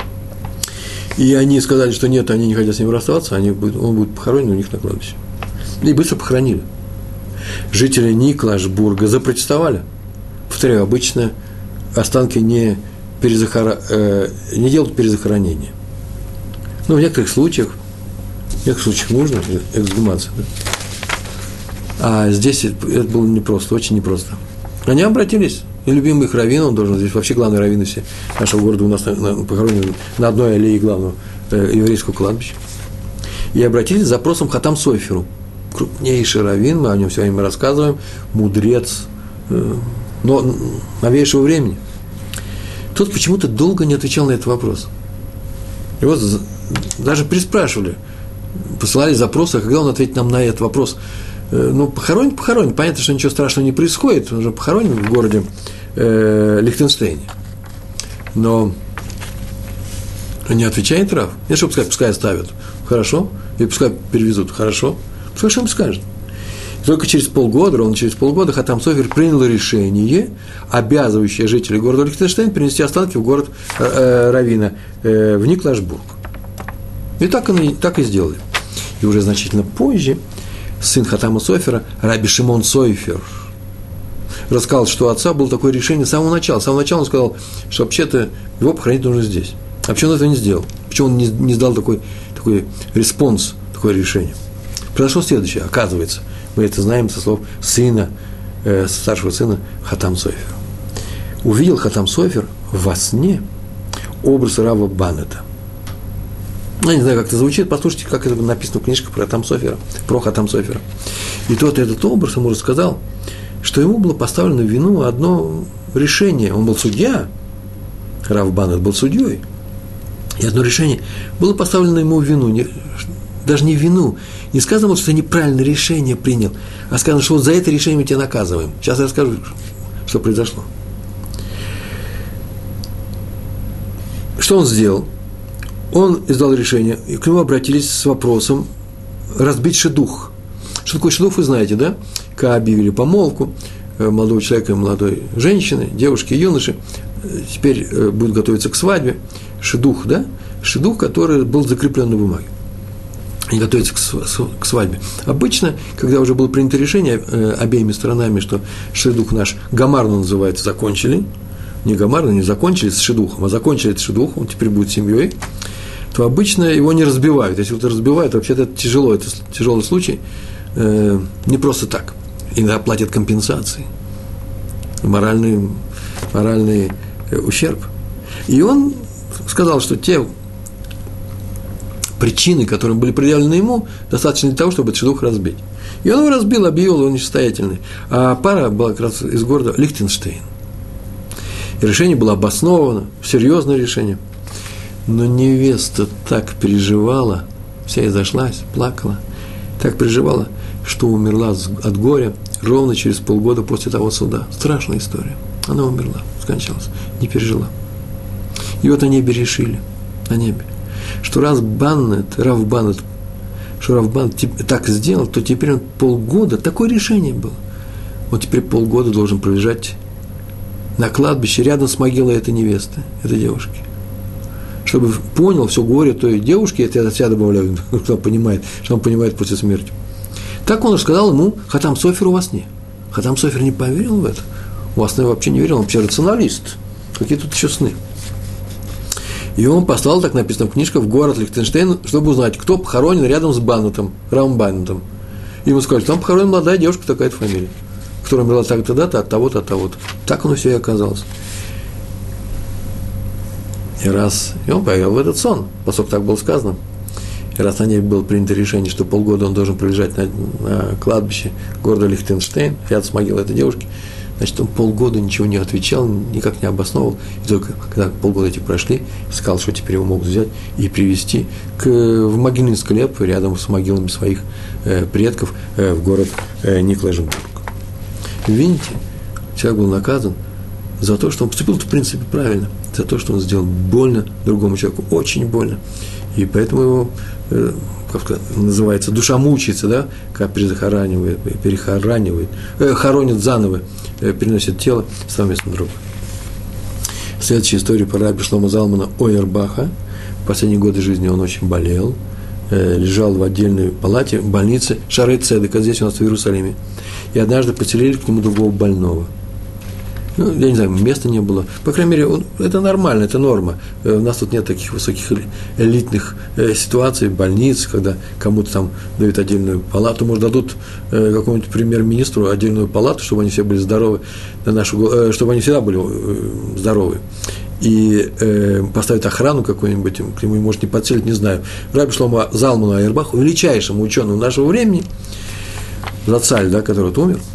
И они сказали, что нет, они не хотят с ним расставаться, он будет похоронен у них на кладбище. И быстро похоронили. Жители Никлашбурга запротестовали. Повторяю, обычно останки не делают перезахоронения. Но в некоторых случаях нужно эксгумация. Да? А здесь это было непросто, очень непросто. Они обратились, и любимый их раввин, он должен, здесь вообще главный раввин все нашего города у нас похоронен на одной аллее главного еврейского кладбища. И обратились с запросом к Хатам Соферу. Крупнейший раввин, мы о нем все время рассказываем, мудрец, но новейшего времени. Тот почему-то долго не отвечал на этот вопрос. Его даже переспрашивали, посылали запросы, а когда он ответит нам на этот вопрос? Похоронен. Понятно, что ничего страшного не происходит, он же похоронен в городе Лихтенштейне. Но не отвечает Рав. Нет, что пускай оставят. Хорошо. И пускай перевезут. Хорошо. Пускай что им скажет. Только ровно через полгода Хатам Софер принял решение, обязывающее жителей города Лихтенштейн перенести останки в город раввина, в Никлашбург. И так и сделали. И уже значительно позже сын Хатама Софера, Раби Шимон Сойфер, рассказал, что у отца было такое решение с самого начала. С самого начала он сказал, что вообще-то его похоронить нужно здесь. А почему он этого не сделал? Почему он не сдал такой респонс, такое решение? Произошло следующее. Оказывается, мы это знаем со слов старшего сына Хатам Софера. Увидел Хатам Софер во сне образ Рава Банета. Я не знаю, как это звучит, послушайте, как это написано в книжках про Хатам Софера. И этот образ ему рассказал, что ему было поставлено в вину одно решение. Он был судья, Рав Банет был судьей, и одно решение было поставлено ему в вину, даже не в вину. Не сказано, что ты неправильное решение принял, а сказано, что вот за это решение мы тебя наказываем. Сейчас я расскажу, что произошло. Что он сделал? Он издал решение, и к нему обратились с вопросом разбить шедух. Что такое шедух, вы знаете, да? Когда объявили помолвку молодого человека и молодой женщины, девушки и юноши, теперь будут готовиться к свадьбе. Шедух, да? Шедух, который был закреплен на бумаге. Они готовятся к свадьбе. Обычно, когда уже было принято решение обеими сторонами, что шедух наш гамарно называется, закончили, не гамарно, не закончили с шедухом, а закончили с шедухом, он теперь будет семьей, то обычно его не разбивают. Если кто-то разбивает, вообще-то это тяжело, это тяжелый случай, не просто так. Иногда платят компенсации, моральный ущерб. И он сказал, что те причины, которые были предъявлены ему, достаточно для того, чтобы этот шидух разбить. И он его разбил, объявил его несостоятельный. А пара была как раз из города Лихтенштейн. И решение было обосновано, серьезное решение. Но невеста так переживала, вся изошлась, плакала, так переживала, что умерла от горя ровно через полгода после того суда. Страшная история. Она умерла, скончалась, не пережила. И вот они решили на небе, что раз Рав Баннет так сделал, то теперь он полгода, такое решение было, он теперь полгода должен пролежать на кладбище рядом с могилой этой невесты, этой девушки. Чтобы понял все горе той девушки, это я от себя добавляю, что он понимает после смерти. Так он рассказал ему Хатам Соферу во сне. Хатам Софер не поверил в это. Во сне вообще не верил, он вообще рационалист. Какие тут еще сны? И он послал, так написано в книжке, в город Лихтенштейн, чтобы узнать, кто похоронен рядом с Баннетом, Равом Баннетом. И ему сказали, там похоронена молодая девушка, такая-то фамилия, которая умерла так-то, от того-то, от того-то. Так оно все и оказалось. И он поверил в этот сон, поскольку так было сказано. И раз на ней было принято решение, что полгода он должен пролежать на кладбище города Лихтенштейн, рядом с могилой этой девушки, значит, он полгода ничего не отвечал, никак не обосновывал. И только когда полгода эти прошли, сказал, что теперь его могут взять и привезти в могильный склеп рядом с могилами своих предков в город Никлаженбург. Видите, человек был наказан за то, что он поступил, в принципе, правильно, за то, что он сделал больно другому человеку, очень больно. И поэтому его, как называется, душа мучается, да, когда хоронит заново, переносит тело с того места на другое. Следующая история про раби Шломо Залмана Ойербаха. В последние годы жизни он очень болел, лежал в отдельной палате в больнице Шарей Цедек, здесь у нас в Иерусалиме. И однажды поселили к нему другого больного. Ну, я не знаю, места не было. По крайней мере, это нормально, это норма. У нас тут нет таких высоких элитных ситуаций, больниц, когда кому-то там дают отдельную палату. Может, дадут какому-нибудь премьер-министру отдельную палату, чтобы они все были здоровы, чтобы они всегда были здоровы. И поставить охрану какую-нибудь, к нему, может, не подселить, не знаю. Раби Шломо Залману Ойербаху, величайшему ученому нашего времени, Рацаль, да, который вот умер,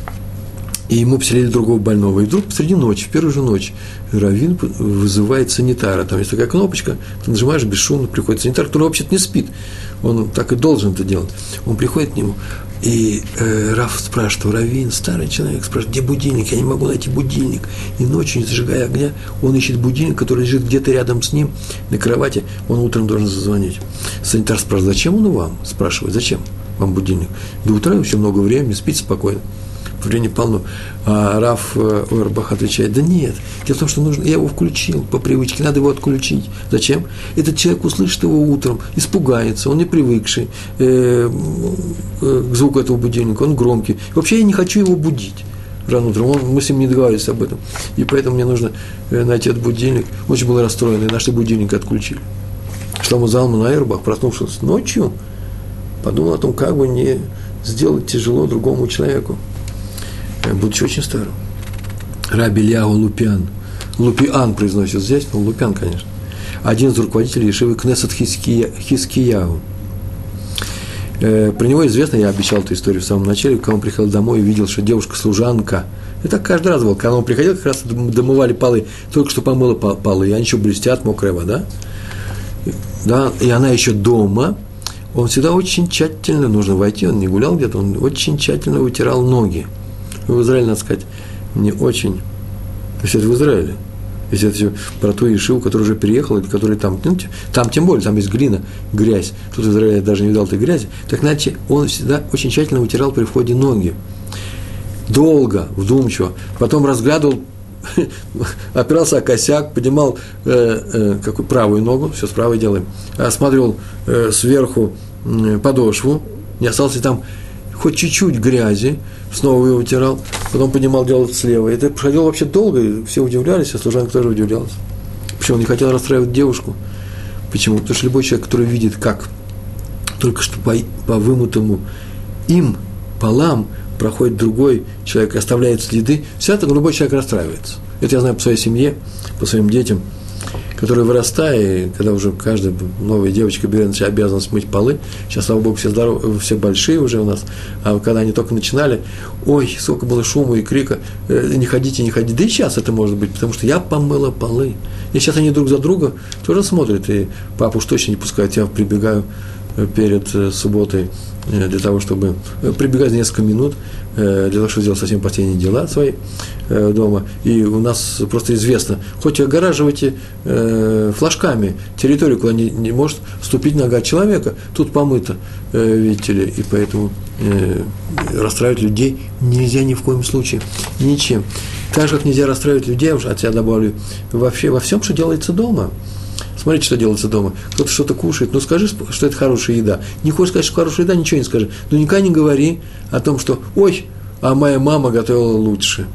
и ему поселили другого больного. И вдруг посреди ночи, в первую же ночь, раввин вызывает санитара. Там есть такая кнопочка, ты нажимаешь, бесшумно приходит санитар, который вообще-то не спит. Он так и должен это делать. Он приходит к нему, и Рав спрашивает, раввин, старый человек, спрашивает, где будильник? Я не могу найти будильник. И ночью, не зажигая огня, он ищет будильник, который лежит где-то рядом с ним на кровати. Он утром должен зазвонить. Санитар спрашивает, зачем он вам? Спрашивает, зачем вам будильник? До утра еще много времени, спите спокойно. Времени полно. А Рав Ойербах отвечает, да нет, дело в том, что нужно, я его включил по привычке, надо его отключить. Зачем? Этот человек услышит его утром, испугается, он не привыкший к звуку этого будильника, он громкий. Вообще я не хочу его будить рано утром, мы с ним не договорились об этом. И поэтому мне нужно найти этот будильник. Очень был расстроен, и нашли будильник и отключили. Шломо Залман Ойербах, проснувшись ночью, подумал о том, как бы не сделать тяжело другому человеку, будучи очень старым. Раби Ильяу Лупиан произносит здесь, но Лупян, конечно. Один из руководителей ешивы Кнесет Хискияу. Про него известно, я обещал эту историю в самом начале, когда он приходил домой и видел, что девушка-служанка, и так каждый раз было, когда он приходил, как раз домывали полы, только что помыла полы, и они еще блестят, мокрая вода, да, и она еще дома. Он всегда очень тщательно, нужно войти, он не гулял где-то, он очень тщательно вытирал ноги. В Израиле, надо сказать, не очень. Если это в Израиле, если это про ту ешиву, которая уже переехала, который там, ну, там тем более, там есть глина, грязь. Тут в Израиле я даже не видал этой грязи. Так иначе он всегда очень тщательно вытирал при входе ноги. Долго, вдумчиво. Потом разглядывал, опирался о косяк, поднимал какую правую ногу, все с правой делаем, осматривал сверху подошву, не осталось ли там хоть чуть-чуть грязи, снова его вытирал, потом поднимал, делал слева. Это проходило вообще долго, и все удивлялись, а служанка тоже удивлялась. Почему он не хотел расстраивать девушку? Почему? Потому что любой человек, который видит, как только что по вымытому им полам проходит другой человек и оставляет следы, всегда любой человек расстраивается. Это я знаю по своей семье, по своим детям. которая, вырастая, когда уже каждая новая девочка берет на себя обязанность мыть полы, сейчас, слава Богу, все здоровые, все большие уже у нас, а когда они только начинали, ой, сколько было шума и крика, не ходите, не ходите, да и сейчас это может быть, потому что я помыла полы. И сейчас они друг за друга тоже смотрят, и папу уж точно не пускают, я прибегаю перед субботой для того, чтобы прибегать за несколько минут, для того, чтобы сделать совсем последние дела свои дома. И у нас просто известно, хоть огораживайте флажками территорию, куда не может ступить нога человека, тут помыто, видите ли, и поэтому расстраивать людей нельзя ни в коем случае, ничем. Так же, как нельзя расстраивать людей, я уже от себя добавлю, вообще во всем, что делается дома. Смотрите, что делается дома. Кто-то что-то кушает, ну скажи, что это хорошая еда. Не хочешь сказать, что хорошая еда, ничего не скажи. Но никогда не говори о том, что ой, а моя мама готовила лучше.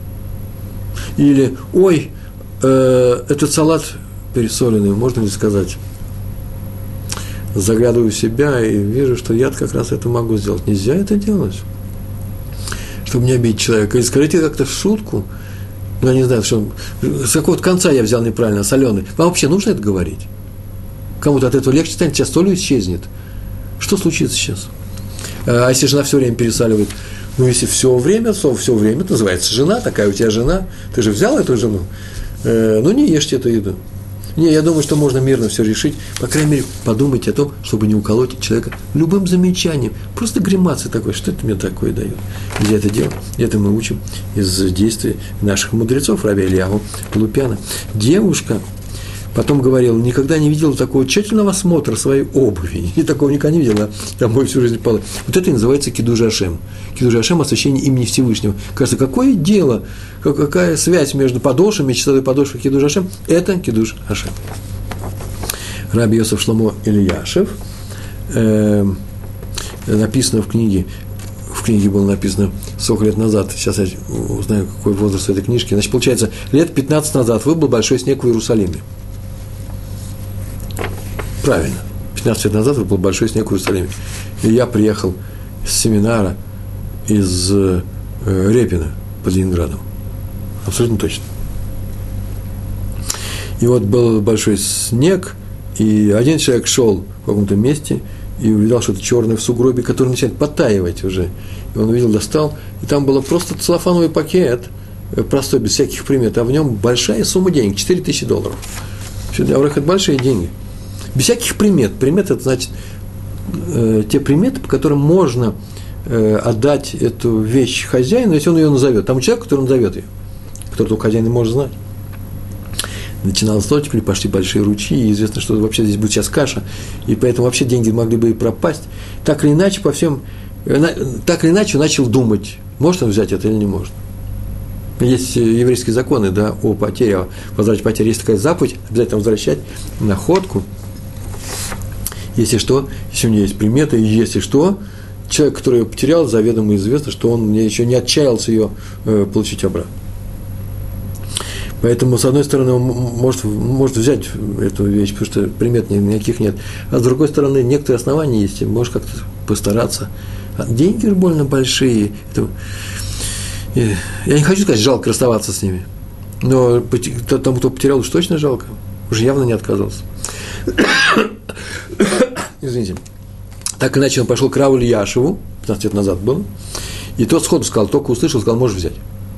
Или ой, этот салат пересоленный, можно ли сказать? Заглядываю в себя и вижу, что я как раз это могу сделать. Нельзя это делать, чтобы не обидеть человека. И скажите как-то в шутку. Ну, я не знаю, что, с какого-то конца я взял неправильно, соленый. Вам вообще нужно это говорить? Кому-то от этого легче станет, сейчас соль исчезнет. Что случится сейчас? А если жена все время пересаливает? Ну, если все время, это называется жена, такая у тебя жена, ты же взял эту жену, ну, не ешьте эту еду. Не, я думаю, что можно мирно все решить. По крайней мере, подумайте о том, чтобы не уколоть человека любым замечанием. Просто гримасы такой, что это мне такое дает. Нельзя это делать. И это мы учим из действий наших мудрецов, раби Ильяху Полупяна. Девушка потом говорила, никогда не видела такого тщательного осмотра своей обуви. И такого никогда не видела. Там мой всю жизнь полы. Вот это и называется кидуш Ашем. Кидуш Ашем – освящение имени Всевышнего. Кажется, какое дело, какая связь между подошвами, чистотой подошвы и кидуш Ашем – это кидуш Ашем. Раби Йосеф Шломо Ильяшев, написано в книге было написано 40 лет назад, сейчас я узнаю, какой возраст этой книжки, значит, получается, лет 15 назад выпал большой снег в Иерусалиме. Правильно. 15 лет назад был большой снег в Иерусалиме. И я приехал с семинара из Репина под Ленинградом. Абсолютно точно. И вот был большой снег, и один человек шел в каком-то месте и увидел что-то черное в сугробе, который начинает подтаивать уже. И он увидел, достал, и там был просто целлофановый пакет, простой, без всяких примет, а в нем большая сумма денег, $4000. Для Авраха это большие деньги. Без всяких примет. Примет – это значит те приметы, по которым можно отдать эту вещь хозяину, если он ее назовет. Там человек, который назовет ее, который только хозяин может знать. Начиналось то, теперь пошли большие ручьи, и известно, что вообще здесь будет сейчас каша, и поэтому вообще деньги могли бы и пропасть. Так или иначе, так или иначе он начал думать, может он взять это или не может. Есть еврейские законы, да, о потере, о возврате потери. Есть такая заповедь, обязательно возвращать находку. Если что, если у него есть приметы, и если что, человек, который ее потерял, заведомо известно, что он еще не отчаялся ее получить обратно. Поэтому, с одной стороны, он может взять эту вещь, потому что примет никаких нет. А с другой стороны, некоторые основания есть, можешь как-то постараться. А деньги же больно большие. Я не хочу сказать, жалко расставаться с ними. Но тому, кто потерял, уж точно жалко. Уже явно не отказался. Извините. Так иначе он пошел к Раву Ильяшеву, 15 лет назад было, и тот сходу сказал, только услышал, сказал, можешь взять.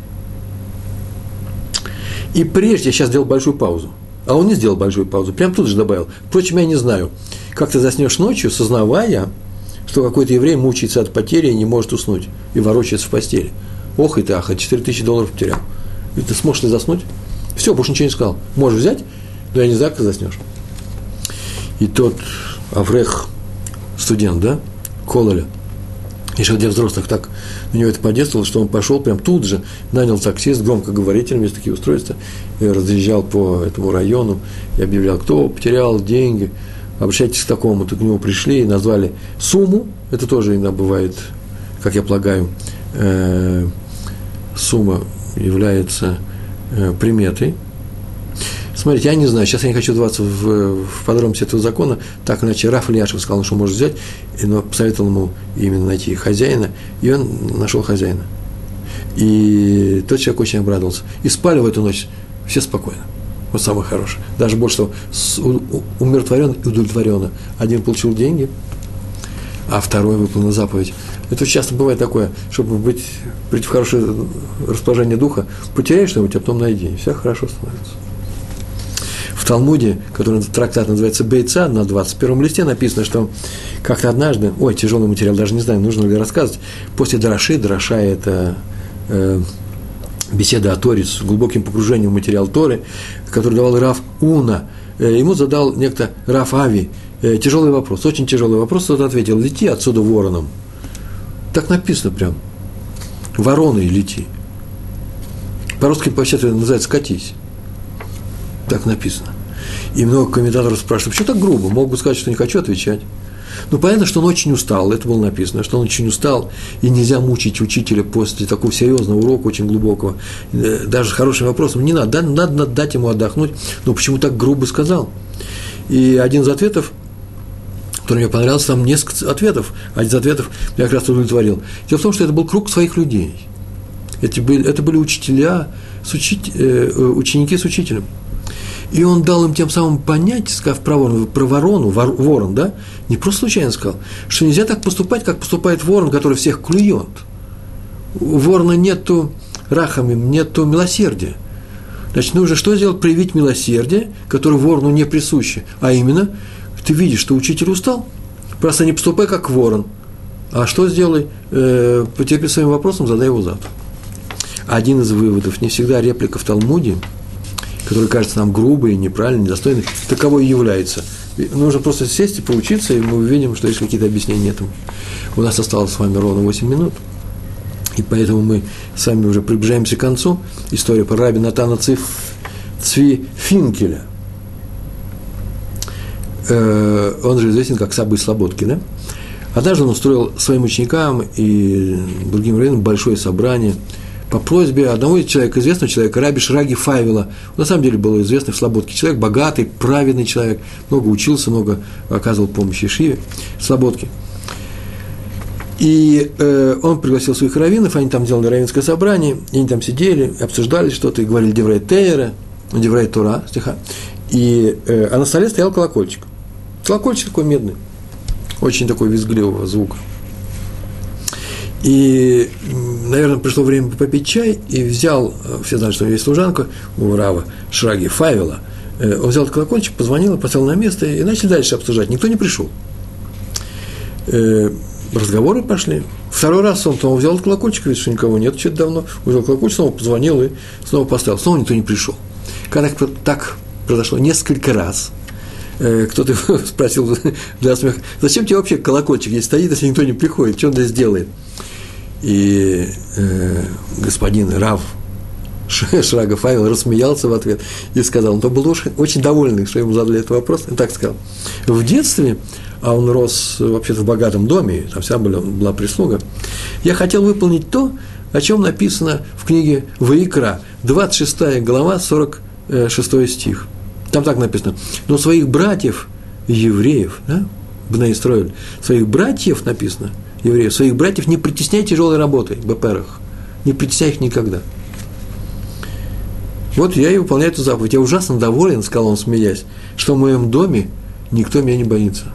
И прежде, я сейчас сделал большую паузу, а он не сделал большую паузу, прям тут же добавил. Впрочем, я не знаю, как ты заснешь ночью, сознавая, что какой-то еврей мучается от потери и не может уснуть, и ворочается в постели. Ох и ты, ах, $4000 потерял. И ты сможешь ли заснуть? Все, больше ничего не сказал. Можешь взять, но я не знаю, как ты заснешь. И тот Аврех, студент, да, Кололя, еще для взрослых так на него это подействовало, что он пошел прям тут же, нанял такси с громкоговорителем, есть такие устройства, и разъезжал по этому району и объявлял, кто потерял деньги, обращайтесь к такому-то, к нему пришли и назвали сумму, это тоже иногда бывает, как я полагаю, сумма является приметой. Смотрите, я не знаю, сейчас я не хочу вдаваться в подробности этого закона, так иначе Раф Ильяшев сказал, что может взять, но посоветовал ему именно найти хозяина, и он нашел хозяина. И тот человек очень обрадовался. И спали в эту ночь все спокойно. Вот самое хорошее. Даже больше того, умиротворенно и удовлетворенно. Один получил деньги, а второй выполнил заповедь. Это часто бывает такое, чтобы прийти в хорошее расположение духа, потеряешь что-нибудь, а потом найди, и все хорошо становится. В Талмуде, который трактат называется Бейца, на 21 листе написано, что как-то однажды, тяжелый материал, даже не знаю, нужно ли рассказывать, после Дораши, Дороша – это беседа о Торе с глубоким погружением в материал Торы, который давал Рав Уна, ему задал некто Рав Ави тяжелый вопрос, очень тяжелый вопрос, тот ответил: лети отсюда вороном. Так написано прям. Вороной лети. По-русски вообще это называется «катись». Так написано. И много комментаторов спрашивают, почему так грубо? Мог бы сказать, что не хочу отвечать. Ну, понятно, что он очень устал, это было написано, что он очень устал, и нельзя мучить учителя после такого серьезного урока, очень глубокого, даже с хорошим вопросом. Не надо, надо дать ему отдохнуть, но почему так грубо сказал? И один из ответов, который мне понравился, там несколько ответов, один из ответов меня как раз удовлетворил. Дело в том, что это был круг своих людей. Это были учителя, ученики с учителем. И он дал им тем самым понять, сказав про ворону, ворон, да, не просто случайно сказал, что нельзя так поступать, как поступает ворон, который всех клюет. У ворона нету рахамим, нету милосердия. Значит, нужно что сделать? Проявить милосердие, которое ворону не присуще. А именно, ты видишь, что учитель устал, просто не поступай как ворон. А что сделай? Потерпи своим вопросом, задай его завтра. Один из выводов, не всегда реплика в Талмуде, который кажется нам грубой, неправильной, недостойной, таковой и является. Нужно просто сесть и поучиться, и мы увидим, что есть какие-то объяснения этому. У нас осталось с вами ровно 8 минут, и поэтому мы с вами уже приближаемся к концу. История про раби Натана Цви Финкеля. Он же известен как Саба из Слободки, да? Однажды он устроил своим ученикам и другим раввинам большое собрание по просьбе одного человека, известного человека, раби Шраги Файвела. На самом деле был известный в Слободке человек, богатый, праведный человек, много учился, много оказывал помощь Ешиве в Слободке. И он пригласил своих раввинов, они там делали раввинское собрание, и они там сидели, обсуждали что-то, и говорили Деврей Тейра, Деврей Тора, стиха, а на столе стоял колокольчик. Колокольчик такой медный, очень такой визгливого звука. И, наверное, пришло время попить чай, и взял, все знают, что есть служанка у рава Шраги Файвела, он взял колокольчик, позвонил, поставил на место, и начали дальше обсуждать. Никто не пришел. Разговоры пошли. Второй раз он взял колокольчик, видит, что никого нет, что-то давно, взял колокольчик, снова позвонил и снова поставил. Снова никто не пришел. Когда так произошло несколько раз, кто-то спросил для смеха: зачем тебе вообще колокольчик здесь стоит, если никто не приходит, что он здесь делает? И господин Рав Шрага Файвел рассмеялся в ответ и сказал, он был очень довольный, что ему задали этот вопрос, и так сказал: в детстве, а он рос вообще-то в богатом доме, там вся была прислуга, я хотел выполнить то, о чем написано в книге Ваикра, 26 глава, 46 стих. Там так написано: но своих братьев, евреев, да, Бней Исроэль, своих братьев написано, евреев, своих братьев не притесняй тяжелой работой, БПРах, не притесняй их никогда. Вот я и выполняю эту заповедь. Я ужасно доволен, сказал он, смеясь, что в моем доме никто меня не боится.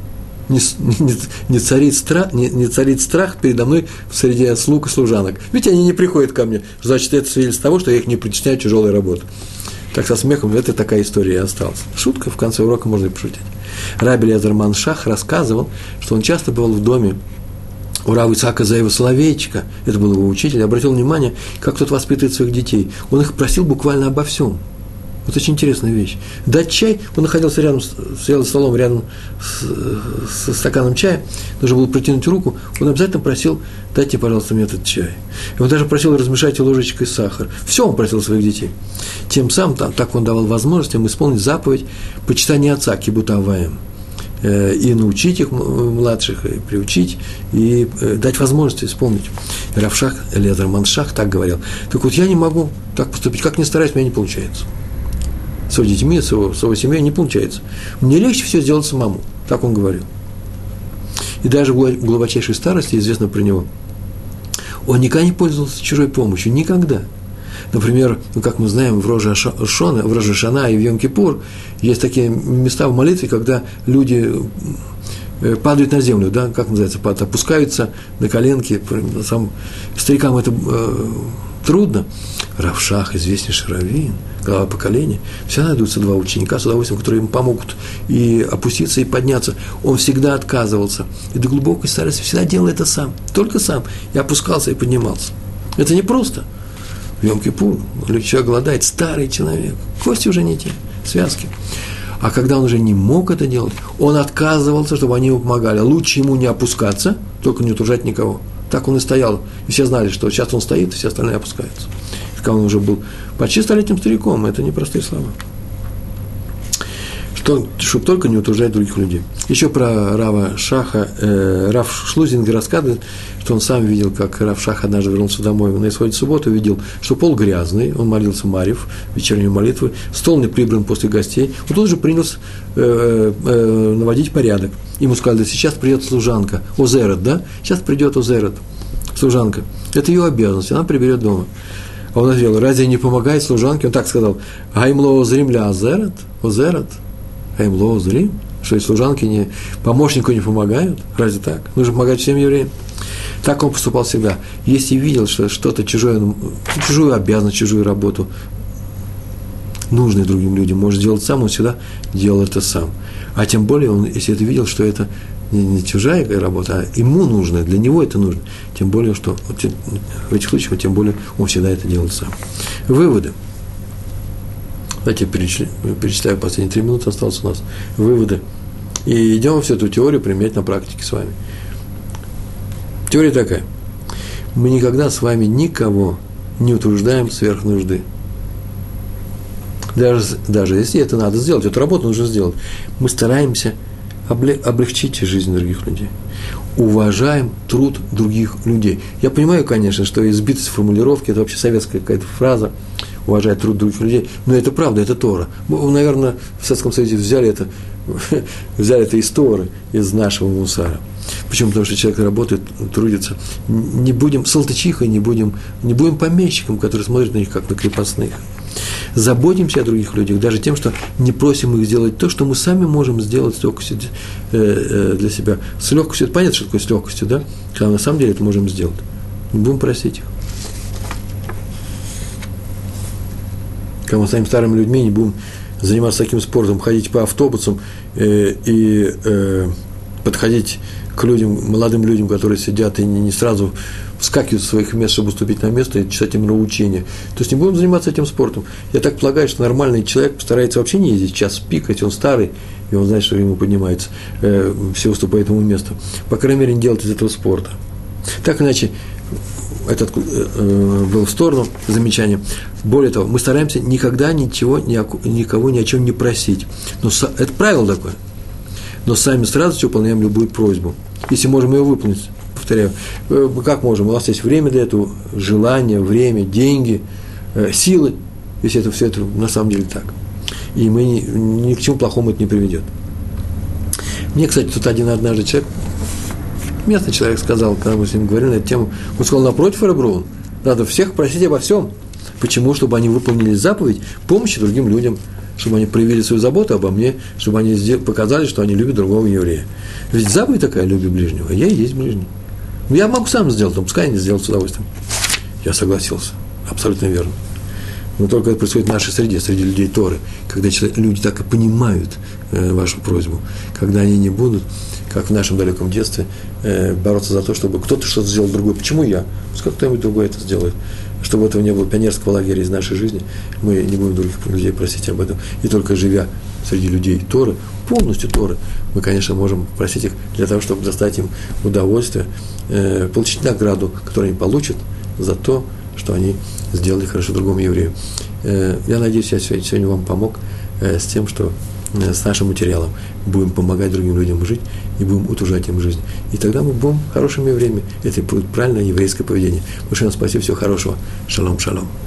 Не царит страх передо мной в среде слуг и служанок. Ведь они не приходят ко мне. Значит, это свидетельство того, что я их не притесняю тяжелой работой. Так со смехом, это такая история и осталась. Шутка, в конце урока можно и пошутить. Раби Элиэзер Маншах рассказывал, что он часто бывал в доме у рава Ицхака Заева Соловейчика, это был его учитель, обратил внимание, как тот воспитывает своих детей. Он их просил буквально обо всем. Вот очень интересная вещь. Дать чай, он находился рядом, сидел за столом рядом со стаканом чая, нужно было протянуть руку, он обязательно просил: дайте, пожалуйста, мне этот чай. И он даже просил: размешайте ложечкой сахар. Все он просил своих детей. Тем самым, так он давал возможность им исполнить заповедь почитания отца, кибут аваем, и научить их младших, и приучить, и дать возможность исполнить. Рав Элиэзер Маншах так говорил. Так вот, я не могу так поступить, как ни стараюсь, у меня не получается. С его детьми, с его семьей не получается. Мне легче все сделать самому, так он говорил. И даже в глубочайшей старости, известно про него, он никогда не пользовался чужой помощью, никогда. Например, как мы знаем, в Рош ха-Шана и в Йом-Кипур есть такие места в молитве, когда люди падают на землю, да, как называется, опускаются на коленки. Старикам это трудно. Рав Шах, известнейший раввин, глава поколения, всегда найдутся два ученика с удовольствием, которые им помогут и опуститься, и подняться. Он всегда отказывался. И до глубокой старости всегда делал это сам, только сам. И опускался, и поднимался. Это не просто. В Йом-Кипур человек голодает, старый человек, кости уже не те, связки. А когда он уже не мог это делать, он отказывался, чтобы они ему помогали. Лучше ему не опускаться, только не утруждать никого. Так он и стоял. И все знали, что сейчас он стоит, и все остальные опускаются. Когда он уже был почти столетним стариком, это непростые слова. Чтобы только не утруждать других людей. Еще про Рава Шаха. Рав Шлузинг рассказывает, что он сам видел, как Рав Шах однажды вернулся домой на исходе субботы, увидел, что пол грязный, он молился Марьев, вечернюю молитву, стол не прибран после гостей. Он тут же принялся наводить порядок. Ему сказали, да сейчас придет служанка, Озерет, да? Сейчас придет Озерет, служанка. Это ее обязанность, она приберет дома. А он ответил, разве не помогает служанке? Он так сказал, Гаймло Озрим ля Озерет, Гаймло Озрим, что и служанки помощнику не помогают, разве так? Нужно помогать всем евреям. Так он поступал всегда. Если видел, что что-то чужое, чужую обязанность, чужую работу, нужное другим людям, может сделать сам, он всегда делал это сам. А тем более, он, если это видел, что это не чужая работа, а ему нужно, для него это нужно, тем более, что в этих случаях, тем более, он всегда это делает сам. Выводы. Давайте перечисляю последние 3 минуты, осталось у нас. Выводы. И идем всю эту теорию применять на практике с вами. Теория такая. Мы никогда с вами никого не утруждаем сверх нужды. Даже если это надо сделать, эту работу нужно сделать. Мы стараемся облегчить жизнь других людей. Уважаем труд других людей. Я понимаю, конечно, что избитость формулировки, это вообще советская какая-то фраза, уважать труд других людей, но это правда, это Тора. Мы, наверное, в Советском Союзе взяли это из Торы, из нашего мусара. Почему? Потому что человек работает, трудится. Не будем салтычихой, не будем помещиком, который смотрит на них, как на крепостных. Заботимся о других людях, даже тем, что не просим их сделать то, что мы сами можем сделать с легкостью для себя. С легкостью, это понятно, что такое с легкостью, да? Когда на самом деле это можем сделать. Не будем просить их. Когда мы станем старыми людьми, не будем заниматься таким спортом, ходить по автобусам и подходить к людям, молодым людям, которые сидят и не сразу вскакивают с своих мест, чтобы уступить на место и читать им нравоучения. То есть не будем заниматься этим спортом. Я так полагаю, что нормальный человек постарается вообще не ездить час пик, ведь он старый, и он знает, что ему поднимается, все уступает ему место. По крайней мере, не делать из этого спорта. Так иначе, этот был в сторону замечание. Более того, мы стараемся никогда никого ни о чем не просить. Но это правило такое. Но сами с радостью выполняем любую просьбу. Если можем ее выполнить, повторяю, как можем? У нас есть время для этого, желание, время, деньги, силы, если это все это на самом деле так. И мы ни к чему плохому это не приведет. Мне, кстати, тут однажды человек, местный человек сказал, когда мы с ним говорили на эту тему, он сказал, напротив, Ребрун, надо всех просить обо всем. Почему? Чтобы они выполнили заповедь помощи другим людям, чтобы они проявили свою заботу обо мне, чтобы они показали, что они любят другого еврея. Ведь заповедь такая, люби ближнего, а я и есть ближний. Я могу сам сделать, но пускай они сделают с удовольствием. Я согласился, абсолютно верно. Но только это происходит в нашей среде, среди людей Торы, когда люди так и понимают вашу просьбу, когда они не будут, как в нашем далеком детстве, бороться за то, чтобы кто-то что-то сделал другое. Почему я? Пускай кто-нибудь другой это сделает. Чтобы этого не было пионерского лагеря из нашей жизни, мы не будем других людей просить об этом. И только живя среди людей Торы, полностью Торы, мы, конечно, можем просить их для того, чтобы доставить им удовольствие, получить награду, которую они получат за то, что они сделали хорошо другому еврею. Я надеюсь, я сегодня вам помог с тем, что с нашим материалом будем помогать другим людям жить и будем утруждать им жизнь. И тогда мы будем хорошими евреями. Это будет правильное еврейское поведение. Большое вам спасибо, всего хорошего. Шалом, шалом.